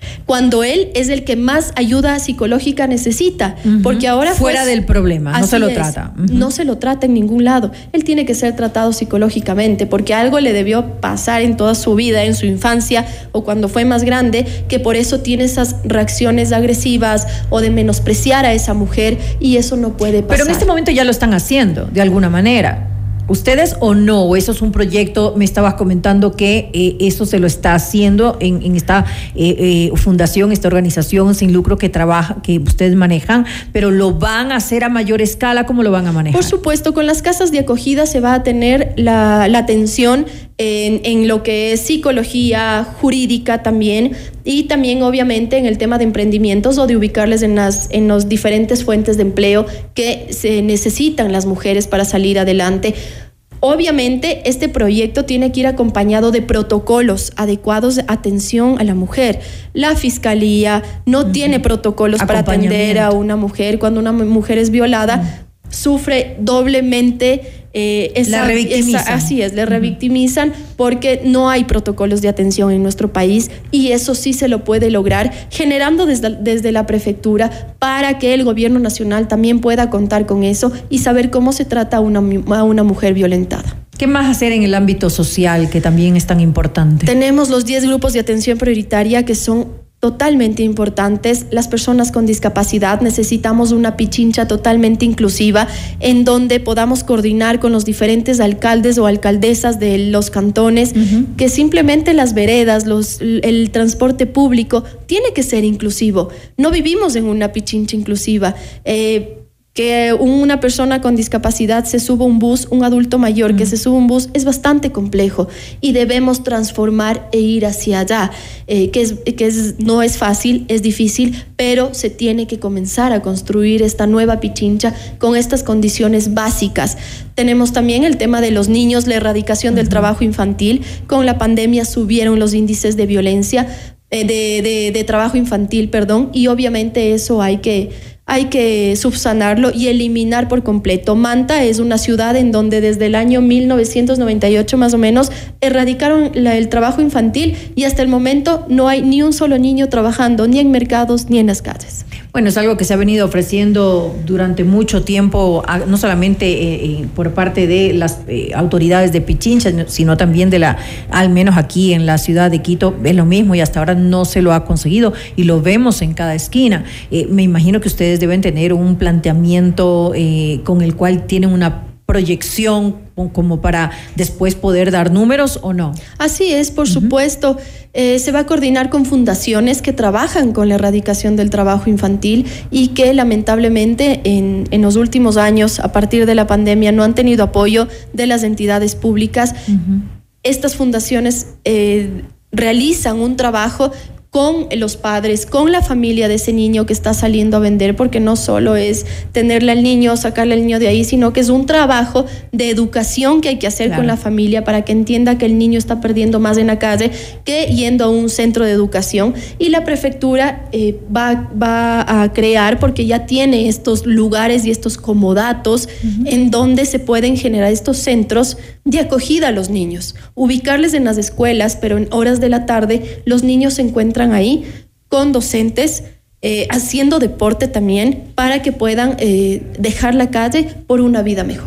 cuando él es el que más ayuda psicológica necesita, uh-huh. porque ahora fuera pues, del problema, no se lo es, trata. Uh-huh. No se lo trata en ningún lado. Él tiene que ser tratado psicológicamente porque algo le debió pasar en toda su vida, en su infancia o cuando fue más grande, que por eso tiene esas reacciones agresivas o de menospreciar a esa mujer, y eso no puede pasar. Pero en este momento ya lo están haciendo de alguna manera. ¿Ustedes o no? ¿O eso es un proyecto? Me estabas comentando que eh, eso se lo está haciendo en, en esta eh, eh, fundación, esta organización sin lucro que trabaja, que ustedes manejan, pero ¿lo van a hacer a mayor escala? ¿Cómo lo van a manejar? Por supuesto, con las casas de acogida se va a tener la, la atención en, en lo que es psicología jurídica también, y también obviamente en el tema de emprendimientos o de ubicarles en las en las diferentes fuentes de empleo que se necesitan las mujeres para salir adelante. Obviamente este proyecto tiene que ir acompañado de protocolos adecuados de atención a la mujer. La fiscalía no uh-huh. tiene protocolos para atender a una mujer. Cuando una mujer es violada, uh-huh. sufre doblemente. Eh, esa, la revictimizan. Esa, así es, le revictimizan porque no hay protocolos de atención en nuestro país, y eso sí se lo puede lograr generando desde, desde la prefectura, para que el gobierno nacional también pueda contar con eso y saber cómo se trata a una, a una mujer violentada. ¿Qué más hacer en el ámbito social, que también es tan importante? Tenemos los diez grupos de atención prioritaria que son totalmente importantes. Las personas con discapacidad necesitamos una pichincha totalmente inclusiva en donde podamos coordinar con los diferentes alcaldes o alcaldesas de los cantones, uh-huh. que simplemente las veredas, los, el transporte público tiene que ser inclusivo. No vivimos en una pichincha inclusiva. Eh, que una persona con discapacidad se suba a un bus, un adulto mayor mm. que se suba a un bus, es bastante complejo, y debemos transformar e ir hacia allá, eh, que, es, que es, no es fácil, es difícil, pero se tiene que comenzar a construir esta nueva pichincha con estas condiciones básicas. Tenemos también el tema de los niños, la erradicación uh-huh. del trabajo infantil. Con la pandemia subieron los índices de violencia, eh, de, de, de trabajo infantil, perdón, y obviamente eso hay que Hay que subsanarlo y eliminar por completo. Manta es una ciudad en donde desde el año mil novecientos noventa y ocho más o menos erradicaron la, el trabajo infantil, y hasta el momento no hay ni un solo niño trabajando ni en mercados ni en las calles. Bueno, es algo que se ha venido ofreciendo durante mucho tiempo, no solamente eh, por parte de las eh, autoridades de Pichincha, sino también de la, al menos aquí en la ciudad de Quito, es lo mismo, y hasta ahora no se lo ha conseguido, y lo vemos en cada esquina. Eh, me imagino que ustedes deben tener un planteamiento eh, con el cual tienen una proyección como para después poder dar números, ¿o no? Así es, por uh-huh. supuesto. Eh, se va a coordinar con fundaciones que trabajan con la erradicación del trabajo infantil y que lamentablemente en, en los últimos años, a partir de la pandemia, no han tenido apoyo de las entidades públicas. Uh-huh. Estas fundaciones eh, realizan un trabajo con los padres, con la familia de ese niño que está saliendo a vender, porque no solo es tenerle al niño, sacarle al niño de ahí, sino que es un trabajo de educación que hay que hacer claro. con la familia, para que entienda que el niño está perdiendo más en la calle que yendo a un centro de educación. Y la prefectura eh, va, va a crear, porque ya tiene estos lugares y estos comodatos uh-huh. en donde se pueden generar estos centros de acogida a los niños, ubicarles en las escuelas, pero en horas de la tarde los niños se encuentran ahí con docentes eh, haciendo deporte también, para que puedan eh, dejar la calle por una vida mejor.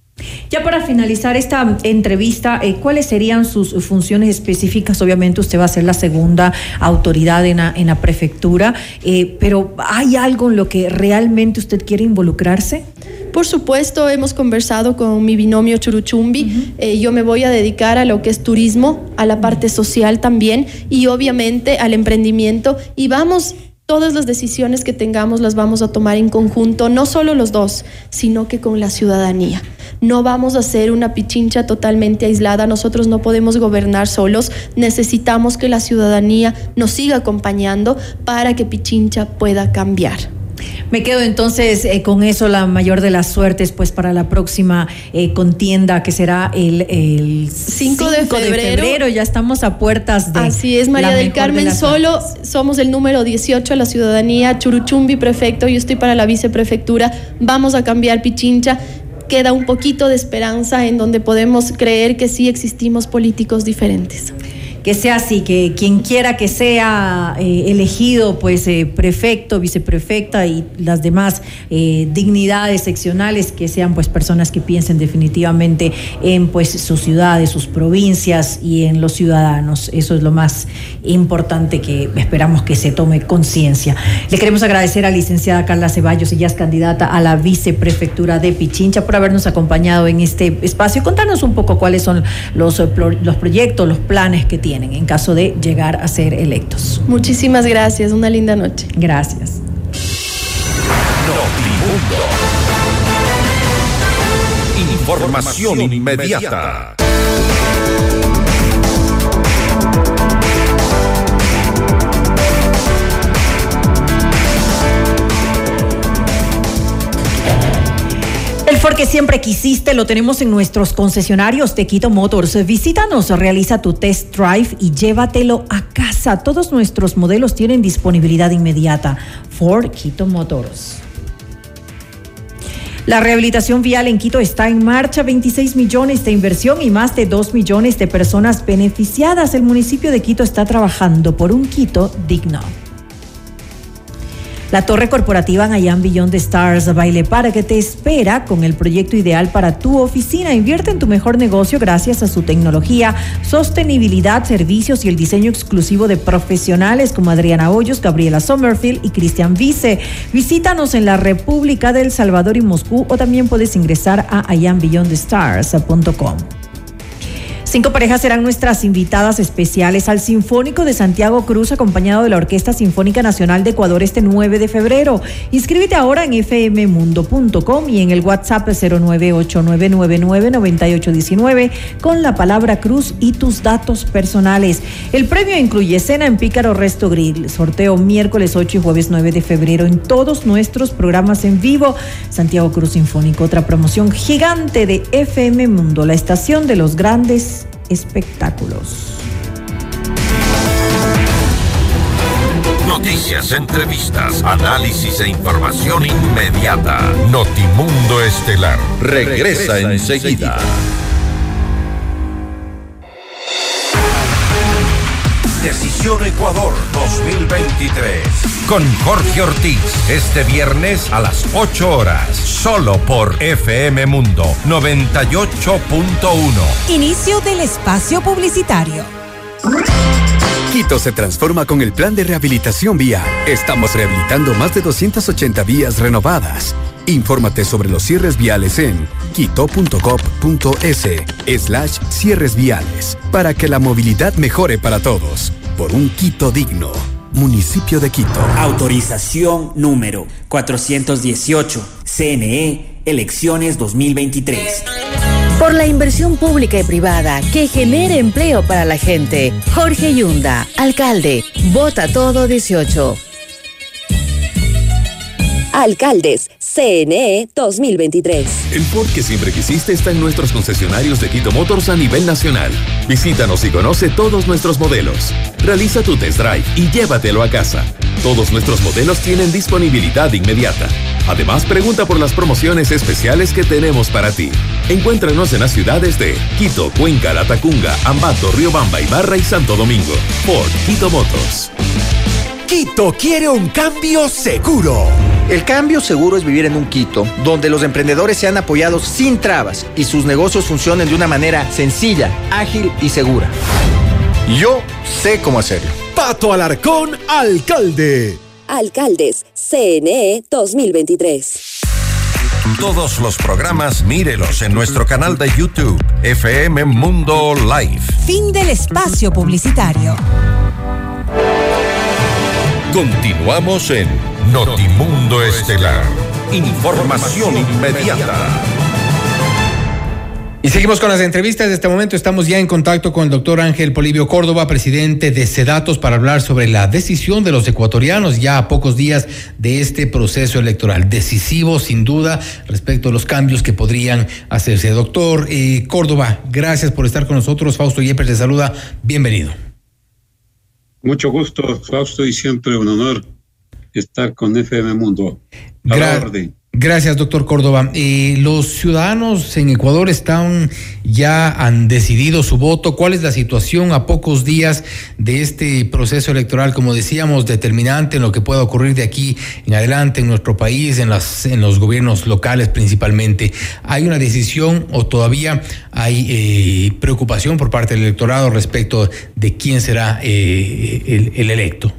Ya para finalizar esta entrevista, eh, ¿cuáles serían sus funciones específicas? Obviamente usted va a ser la segunda autoridad en la, en la prefectura, eh, pero ¿hay algo en lo que realmente usted quiere involucrarse? Por supuesto, hemos conversado con mi binomio Churuchumbi. Uh-huh. Eh, yo me voy a dedicar a lo que es turismo, a la parte social también, y obviamente al emprendimiento, y vamos... Todas las decisiones que tengamos las vamos a tomar en conjunto, no solo los dos, sino que con la ciudadanía. No vamos a hacer una pichincha totalmente aislada. Nosotros no podemos gobernar solos. Necesitamos que la ciudadanía nos siga acompañando para que Pichincha pueda cambiar. Me quedo entonces eh, con eso, la mayor de las suertes pues para la próxima eh, contienda, que será el, el cinco de febrero. Ya estamos a puertas de... Así es, María del Carmen, solo somos el número dieciocho a la ciudadanía, Churuchumbi prefecto, yo estoy para la viceprefectura. Vamos a cambiar Pichincha. Queda un poquito de esperanza en donde podemos creer que sí existimos políticos diferentes. que sea así, que quien quiera que sea eh, elegido, pues eh, prefecto, viceprefecta y las demás eh, dignidades seccionales, que sean pues personas que piensen definitivamente en pues sus ciudades, sus provincias y en los ciudadanos. Eso es lo más importante que esperamos que se tome conciencia. Le queremos agradecer a la licenciada Carla Ceballos, ella es candidata a la viceprefectura de Pichincha, por habernos acompañado en este espacio. Contanos un poco cuáles son los, los proyectos, los planes que tienen en caso de llegar a ser electos. Muchísimas gracias, una linda noche. Gracias. Información inmediata. El Ford que siempre quisiste lo tenemos en nuestros concesionarios de Quito Motors. Visítanos, realiza tu test drive y llévatelo a casa. Todos nuestros modelos tienen disponibilidad inmediata. Ford Quito Motors. La rehabilitación vial en Quito está en marcha, veintiséis millones de inversión y más de dos millones de personas beneficiadas. El municipio de Quito está trabajando por un Quito digno. La torre corporativa Nayam Beyond the Stars Baile Parque te espera con el proyecto ideal para tu oficina. Invierte en tu mejor negocio gracias a su tecnología, sostenibilidad, servicios y el diseño exclusivo de profesionales como Adriana Hoyos, Gabriela Sommerfield y Cristian Vice. Visítanos en la República del Salvador y Moscú o también puedes ingresar a i am beyond the stars punto com. Cinco parejas serán nuestras invitadas especiales al Sinfónico de Santiago Cruz, acompañado de la Orquesta Sinfónica Nacional de Ecuador este nueve de febrero. Inscríbete ahora en f m mundo punto com y en el WhatsApp cero nueve ocho nueve nueve nueve nueve ocho uno nueve con la palabra Cruz y tus datos personales. El premio incluye cena en Pícaro Resto Grill, sorteo miércoles ocho y jueves nueve de febrero en todos nuestros programas en vivo. Santiago Cruz Sinfónico, otra promoción gigante de F M Mundo, la estación de los grandes espectáculos. Noticias, entrevistas, análisis e información inmediata. Notimundo Estelar regresa enseguida. Decisión Ecuador dos mil veintitrés. Con Jorge Ortiz, este viernes a las ocho horas, solo por F M Mundo noventa y ocho punto uno. Inicio del espacio publicitario. Quito se transforma con el plan de rehabilitación vial. Estamos rehabilitando más de doscientas ochenta vías renovadas. Infórmate sobre los cierres viales en quito punto gov punto es slash cierres viales para que la movilidad mejore para todos. Por un Quito digno. Municipio de Quito. Autorización número cuatrocientos dieciocho. C N E, elecciones dos mil veintitrés. Por la inversión pública y privada que genere empleo para la gente. Jorge Yunda, alcalde. Vota todo dieciocho. Alcaldes, C N E dos mil veintitrés. El Ford que siempre quisiste está en nuestros concesionarios de Quito Motors a nivel nacional. Visítanos y conoce todos nuestros modelos. Realiza tu test drive y llévatelo a casa. Todos nuestros modelos tienen disponibilidad inmediata. Además, pregunta por las promociones especiales que tenemos para ti. Encuéntranos en las ciudades de Quito, Cuenca, Latacunga, Ambato, Riobamba, Ibarra y Santo Domingo. Ford Quito Motors. Quito quiere un cambio seguro. El cambio seguro es vivir en un Quito donde los emprendedores sean apoyados sin trabas y sus negocios funcionen de una manera sencilla, ágil y segura. Yo sé cómo hacerlo. Pato Alarcón, alcalde. Alcaldes, C N E dos mil veintitrés. Todos los programas mírelos en nuestro canal de YouTube, F M Mundo Live. Fin del espacio publicitario. Continuamos en Notimundo Estelar. Información inmediata. Y seguimos con las entrevistas. En este momento estamos ya en contacto con el doctor Ángel Polibio Córdoba, presidente de SEDATOS, para hablar sobre la decisión de los ecuatorianos ya a pocos días de este proceso electoral. Decisivo, sin duda, respecto a los cambios que podrían hacerse. Doctor eh, Córdoba, gracias por estar con nosotros. Fausto Yepes le saluda. Bienvenido. Mucho gusto, Fausto, y siempre un honor estar con F M Mundo. A la orden. Gracias, doctor Córdoba. Eh, los ciudadanos en Ecuador están ya han decidido su voto. ¿Cuál es la situación a pocos días de este proceso electoral, como decíamos, determinante en lo que pueda ocurrir de aquí en adelante en nuestro país, en las en los gobiernos locales principalmente? ¿Hay una decisión o todavía hay eh, preocupación por parte del electorado respecto de quién será eh, el, el electo?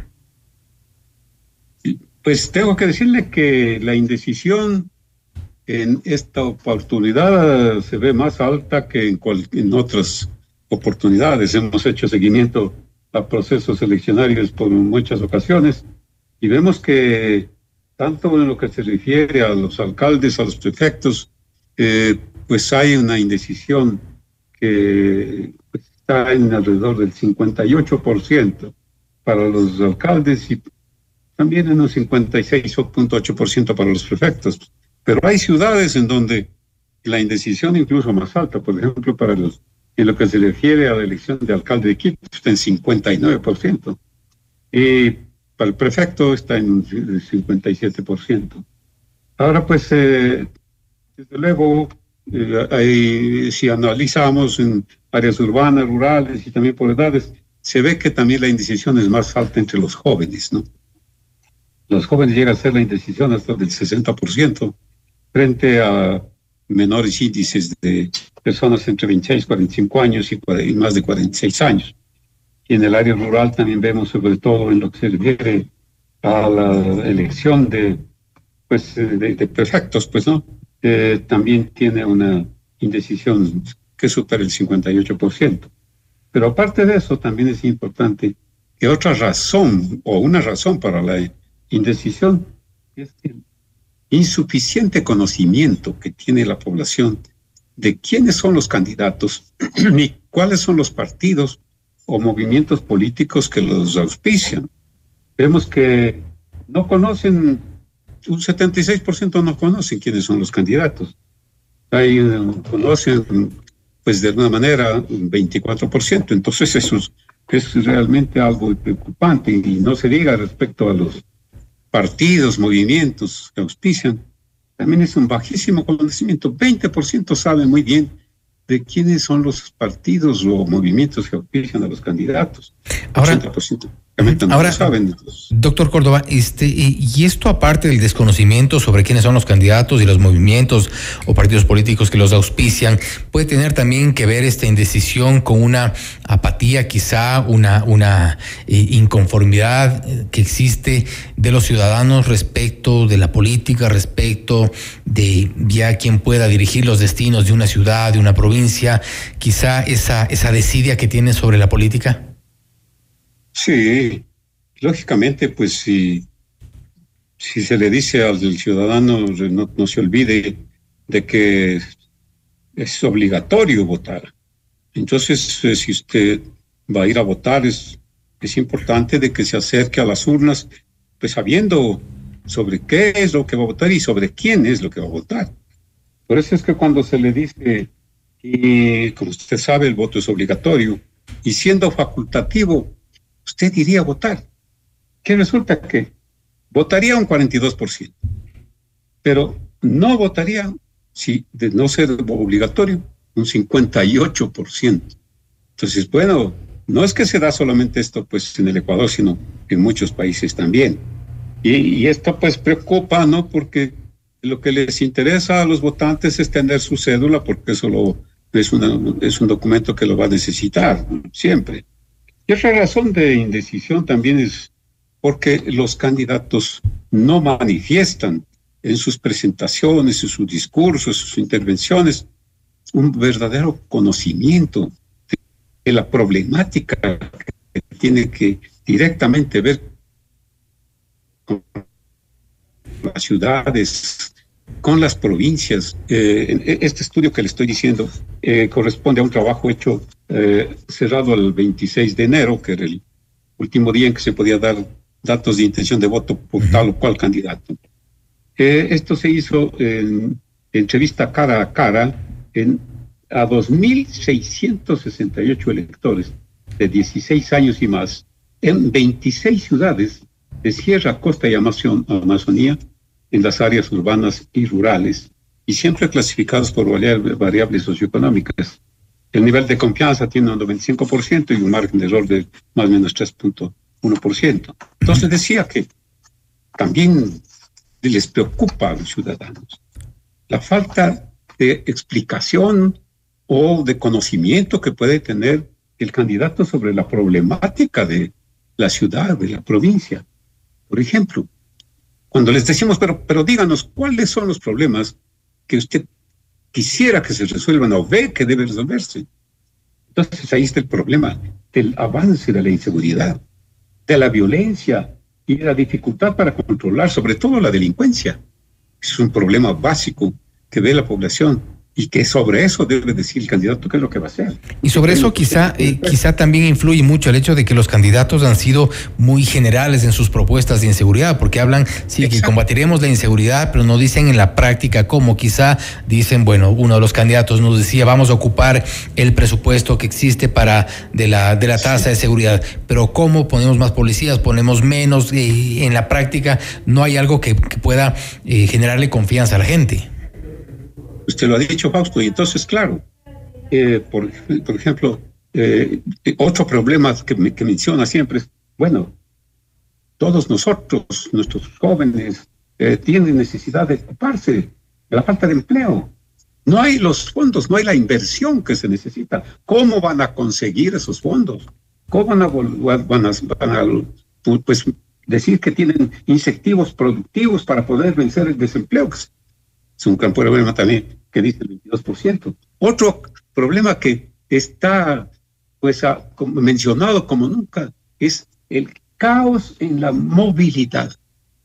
Pues tengo que decirle que la indecisión en esta oportunidad se ve más alta que en, cual, en otras oportunidades. Hemos hecho seguimiento a procesos eleccionarios por muchas ocasiones y vemos que tanto en lo que se refiere a los alcaldes, a los prefectos, eh, pues hay una indecisión que pues, está en alrededor del cincuenta y ocho por ciento para los alcaldes y también en un cincuenta y seis punto ocho por ciento para los prefectos. Pero hay ciudades en donde la indecisión incluso más alta, por ejemplo, para los, en lo que se refiere a la elección de alcalde de Quito, está en cincuenta y nueve por ciento. Y para el prefecto está en un cincuenta y siete por ciento. Ahora, pues, eh, desde luego, eh, hay, si analizamos en áreas urbanas, rurales y también por edades, se ve que también la indecisión es más alta entre los jóvenes, ¿no? Los jóvenes llegan a ser la indecisión hasta del sesenta por ciento frente a menores índices de personas entre veintiséis y cuarenta y cinco años y, y más de cuarenta y seis años. Y en el área rural también vemos, sobre todo en lo que se refiere a la elección de, pues, de, de prefectos, pues, ¿no? Eh, también tiene una indecisión que supera el cincuenta y ocho por ciento. Pero aparte de eso, también es importante que otra razón, o una razón para la indecisión, es el insuficiente conocimiento que tiene la población de quiénes son los candidatos y cuáles son los partidos o movimientos políticos que los auspician. Vemos que no conocen, un setenta y seis por ciento no conocen quiénes son los candidatos. Ahí conocen, pues de alguna manera, un veinticuatro por ciento. Entonces eso es, es realmente algo preocupante, y no se diga respecto a los partidos, movimientos que auspician, también es un bajísimo conocimiento. veinte por ciento saben muy bien de quiénes son los partidos o movimientos que auspician a los candidatos. Ahora, ochenta por ciento no ahora lo saben. Entonces. Doctor Córdoba, este, y esto aparte del desconocimiento sobre quiénes son los candidatos y los movimientos o partidos políticos que los auspician, puede tener también que ver esta indecisión con una apatía, quizá una, una eh, inconformidad que existe de los ciudadanos respecto de la política, respecto de ya quien pueda dirigir los destinos de una ciudad, de una provincia, quizá esa, esa desidia que tienen sobre la política. Sí, lógicamente, pues si, si se le dice al ciudadano, no, no se olvide de que es obligatorio votar. Entonces, eh, si usted va a ir a votar, es, es importante de que se acerque a las urnas, pues sabiendo sobre qué es lo que va a votar y sobre quién es lo que va a votar. Por eso es que cuando se le dice, y como usted sabe, el voto es obligatorio, y siendo facultativo, usted iría a votar. Que resulta que votaría un cuarenta y dos por ciento, pero no votaría, si de no ser obligatorio, un cincuenta y ocho por ciento. Entonces, bueno, no es que se da solamente esto pues en el Ecuador, sino en muchos países también. Y, y esto pues preocupa, ¿no? Porque lo que les interesa a los votantes es tener su cédula, porque eso lo, es, una, es un documento que lo va a necesitar, ¿no? Siempre. Y otra razón de indecisión también es porque los candidatos no manifiestan en sus presentaciones, en sus discursos, en sus intervenciones, un verdadero conocimiento de la problemática que tiene que directamente ver con las ciudades, con las provincias. Eh, este estudio que le estoy diciendo eh, corresponde a un trabajo hecho eh, cerrado el veintiséis de enero, que era el último día en que se podía dar datos de intención de voto por tal o cual candidato. Eh, esto se hizo en entrevista cara a cara en, a dos mil seiscientos sesenta y ocho electores de dieciséis años y más en veintiséis ciudades de Sierra, Costa y Amazon, Amazonía, en las áreas urbanas y rurales, y siempre clasificados por variables socioeconómicas. El nivel de confianza tiene un noventa y cinco por ciento y un margen de error de más o menos tres punto uno por ciento. Entonces decía que también les preocupa a los ciudadanos la falta de explicación o de conocimiento que puede tener el candidato sobre la problemática de la ciudad, de la provincia. Por ejemplo, cuando les decimos, pero, pero díganos, ¿cuáles son los problemas que usted quisiera que se resuelvan o ve que debe resolverse? Entonces ahí está el problema del avance de la inseguridad, de la violencia y de la dificultad para controlar, sobre todo la delincuencia. Es un problema básico que ve la población y que sobre eso debe decir el candidato qué es lo que va a hacer. Y sobre eso quizá eh, quizá también influye mucho el hecho de que los candidatos han sido muy generales en sus propuestas de inseguridad, porque hablan, sí, Exacto. que combatiremos la inseguridad, pero no dicen en la práctica cómo. Quizá dicen, bueno, uno de los candidatos nos decía, vamos a ocupar el presupuesto que existe para de la de la tasa sí. de seguridad, pero cómo ponemos más policías, ponemos menos, eh, en la práctica no hay algo que, que pueda eh, generarle confianza a la gente. Usted lo ha dicho, Fausto, y entonces, claro, eh, por, por ejemplo, eh, otro problema que, me, que menciona siempre es, bueno, todos nosotros, nuestros jóvenes, eh, tienen necesidad de ocuparse de la falta de empleo. No hay los fondos, no hay la inversión que se necesita. ¿Cómo van a conseguir esos fondos? ¿Cómo van a, van a, van a pues, decir que tienen incentivos productivos para poder vencer el desempleo? Es un gran problema también que dice el veintidós por ciento. Otro problema que está pues a, como mencionado como nunca es el caos en la movilidad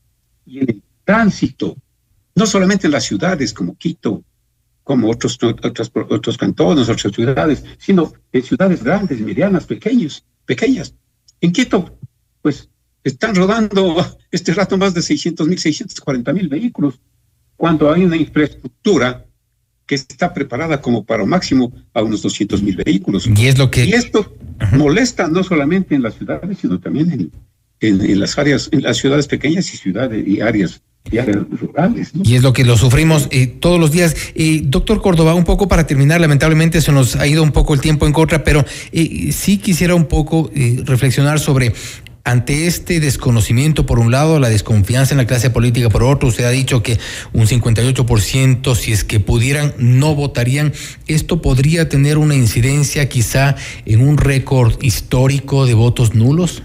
y en el tránsito, no solamente en las ciudades como Quito, como otros, otros, otros cantones, otras ciudades, sino en ciudades grandes, medianas, pequeñas, pequeñas. En Quito, pues, están rodando este rato más de seiscientos mil, seiscientos cuarenta mil vehículos, cuando hay una infraestructura que está preparada como para máximo a unos doscientos mil vehículos. Y es lo que... Y esto uh-huh. molesta no solamente en las ciudades, sino también en, en, en las áreas, en las ciudades pequeñas y ciudades y áreas, y áreas rurales, ¿no? Y es lo que lo sufrimos eh, todos los días. Eh, doctor Córdoba, un poco para terminar, lamentablemente se nos ha ido un poco el tiempo en contra, pero eh, sí quisiera un poco eh, reflexionar sobre... Ante este desconocimiento, por un lado, la desconfianza en la clase política, por otro, usted ha dicho que un cincuenta y ocho por ciento, si es que pudieran, no votarían. ¿Esto podría tener una incidencia quizá en un récord histórico de votos nulos?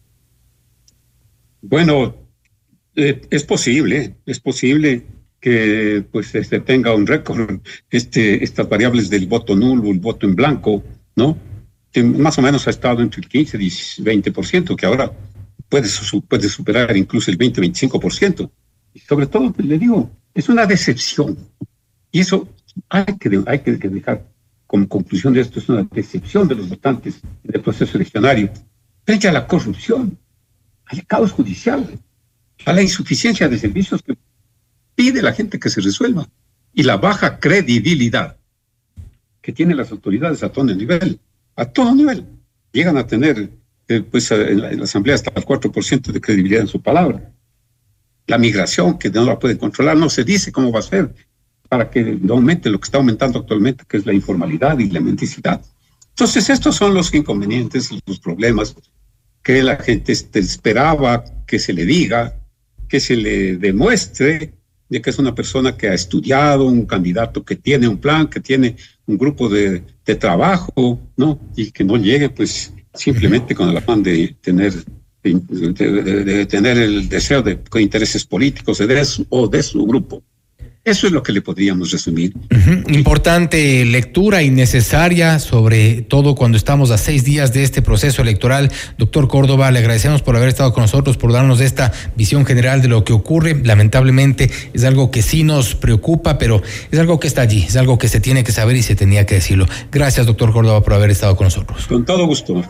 Bueno, eh, es posible, es posible que pues este tenga un récord, este, estas variables del voto nulo, el voto en blanco, ¿no? Más o menos ha estado entre el quince y veinte por ciento, que ahora puede, puede superar incluso el veinte, veinticinco por ciento. Y sobre todo, pues, le digo, es una decepción. Y eso hay que, hay que dejar como conclusión de esto, es una decepción de los votantes del proceso eleccionario frente a la corrupción, al caos judicial, a la insuficiencia de servicios que pide la gente que se resuelva y la baja credibilidad que tienen las autoridades a todo nivel. A todo nivel. Llegan a tener, eh, pues, en la, en la Asamblea hasta el cuatro por ciento de credibilidad en su palabra. La migración, que no la pueden controlar, no se dice cómo va a ser para que no aumente lo que está aumentando actualmente, que es la informalidad y la mendicidad. Entonces, estos son los inconvenientes y los problemas que la gente esperaba que se le diga, que se le demuestre de que es una persona que ha estudiado, un candidato que tiene un plan, que tiene un grupo de, de trabajo, ¿no? Y que no llegue, pues, simplemente con el afán de tener, de, de, de, de tener el deseo de con intereses políticos de su, o de su grupo. Eso es lo que le podríamos resumir. Uh-huh. Importante lectura y necesaria, sobre todo cuando estamos a seis días de este proceso electoral. Doctor Córdoba, le agradecemos por haber estado con nosotros, por darnos esta visión general de lo que ocurre. Lamentablemente es algo que sí nos preocupa, pero es algo que está allí, es algo que se tiene que saber y se tenía que decirlo. Gracias, doctor Córdoba, por haber estado con nosotros. Con todo gusto.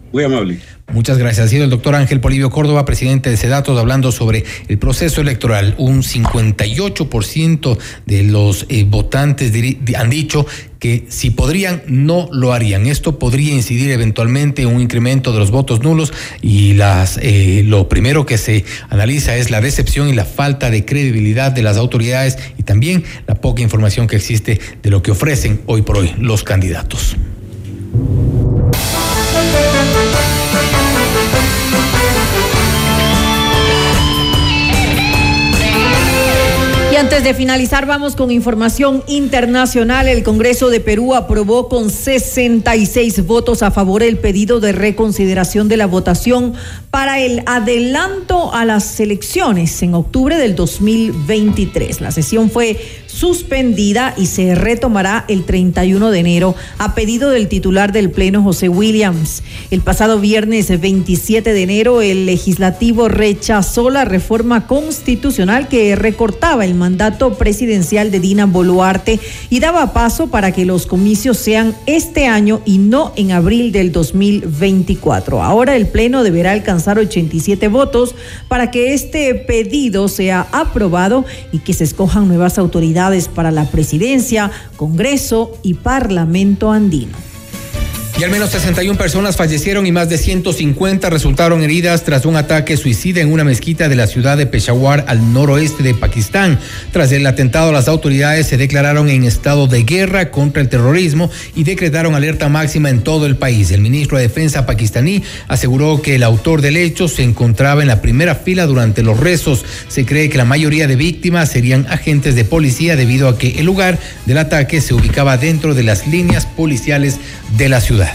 Muy amable. Muchas gracias. Ha sido el doctor Ángel Polibio Córdoba, presidente de Sedatos, hablando sobre el proceso electoral. Un cincuenta y ocho por ciento de los eh, votantes diri- han dicho que si podrían, no lo harían. Esto podría incidir eventualmente en un incremento de los votos nulos y las eh, lo primero que se analiza es la decepción y la falta de credibilidad de las autoridades y también la poca información que existe de lo que ofrecen hoy por hoy los candidatos. Y antes de finalizar, vamos con información internacional. El Congreso de Perú aprobó con sesenta y seis votos a favor el pedido de reconsideración de la votación para el adelanto a las elecciones en octubre del dos mil veintitrés. La sesión fue suspendida y se retomará el treinta y uno de enero a pedido del titular del Pleno, José Williams. El pasado viernes veintisiete de enero, el legislativo rechazó la reforma constitucional que recortaba el mandato presidencial de Dina Boluarte y daba paso para que los comicios sean este año y no en abril del dos mil veinticuatro. Ahora el Pleno deberá alcanzar ochenta y siete votos para que este pedido sea aprobado y que se escojan nuevas autoridades para la presidencia, Congreso y Parlamento andino. Y al menos sesenta y una personas fallecieron y más de ciento cincuenta resultaron heridas tras un ataque suicida en una mezquita de la ciudad de Peshawar, al noroeste de Pakistán. Tras el atentado, las autoridades se declararon en estado de guerra contra el terrorismo y decretaron alerta máxima en todo el país. El ministro de Defensa pakistaní aseguró que el autor del hecho se encontraba en la primera fila durante los rezos. Se cree que la mayoría de víctimas serían agentes de policía debido a que el lugar del ataque se ubicaba dentro de las líneas policiales de la ciudad.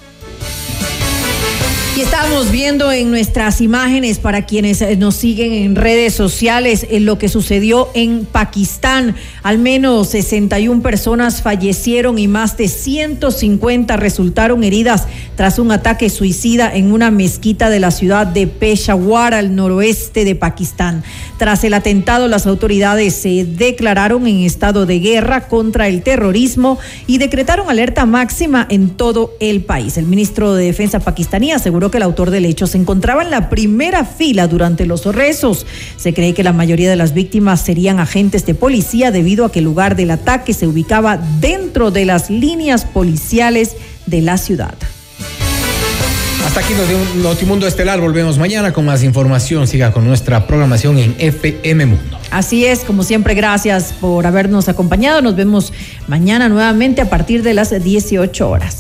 Y estamos viendo en nuestras imágenes, para quienes nos siguen en redes sociales, en lo que sucedió en Pakistán. Al menos sesenta y una personas fallecieron y más de ciento cincuenta resultaron heridas tras un ataque suicida en una mezquita de la ciudad de Peshawar, al noroeste de Pakistán. Tras el atentado, las autoridades se declararon en estado de guerra contra el terrorismo y decretaron alerta máxima en todo el país. El ministro de Defensa pakistaní aseguró que el autor del hecho se encontraba en la primera fila durante los rezos. Se cree que la mayoría de las víctimas serían agentes de policía debido a que el lugar del ataque se ubicaba dentro de las líneas policiales de la ciudad. Hasta aquí Notimundo Estelar. Volvemos mañana con más información. Siga con nuestra programación en F M Mundo. Así es, como siempre, gracias por habernos acompañado. Nos vemos mañana nuevamente a partir de las dieciocho horas.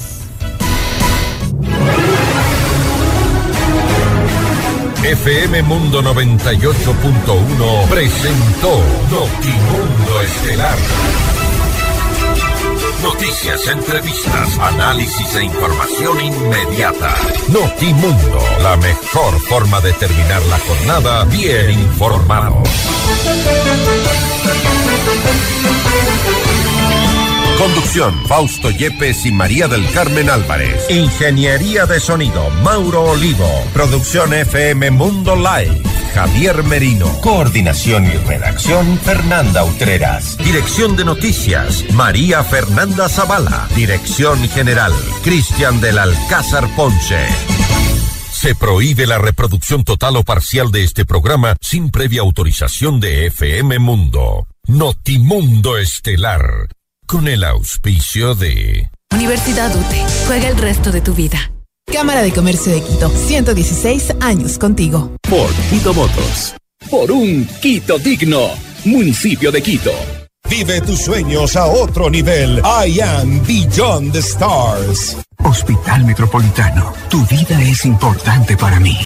F M Mundo noventa y ocho punto uno presentó Notimundo Estelar. Noticias, entrevistas, análisis e información inmediata. Notimundo, la mejor forma de terminar la jornada bien informado. Conducción, Fausto Yepes y María del Carmen Álvarez. Ingeniería de sonido, Mauro Olivo. Producción F M Mundo Live, Javier Merino. Coordinación y redacción, Fernanda Utreras. Dirección de noticias, María Fernanda Zavala. Dirección general, Cristian del Alcázar Ponce. Se prohíbe la reproducción total o parcial de este programa sin previa autorización de F M Mundo. Notimundo Estelar. Con el auspicio de Universidad U T E. Juega el resto de tu vida. Cámara de Comercio de Quito. ciento dieciséis años contigo. Por Quito Motors. Por un Quito digno. Municipio de Quito. Vive tus sueños a otro nivel. I am Beyond the Stars. Hospital Metropolitano. Tu vida es importante para mí.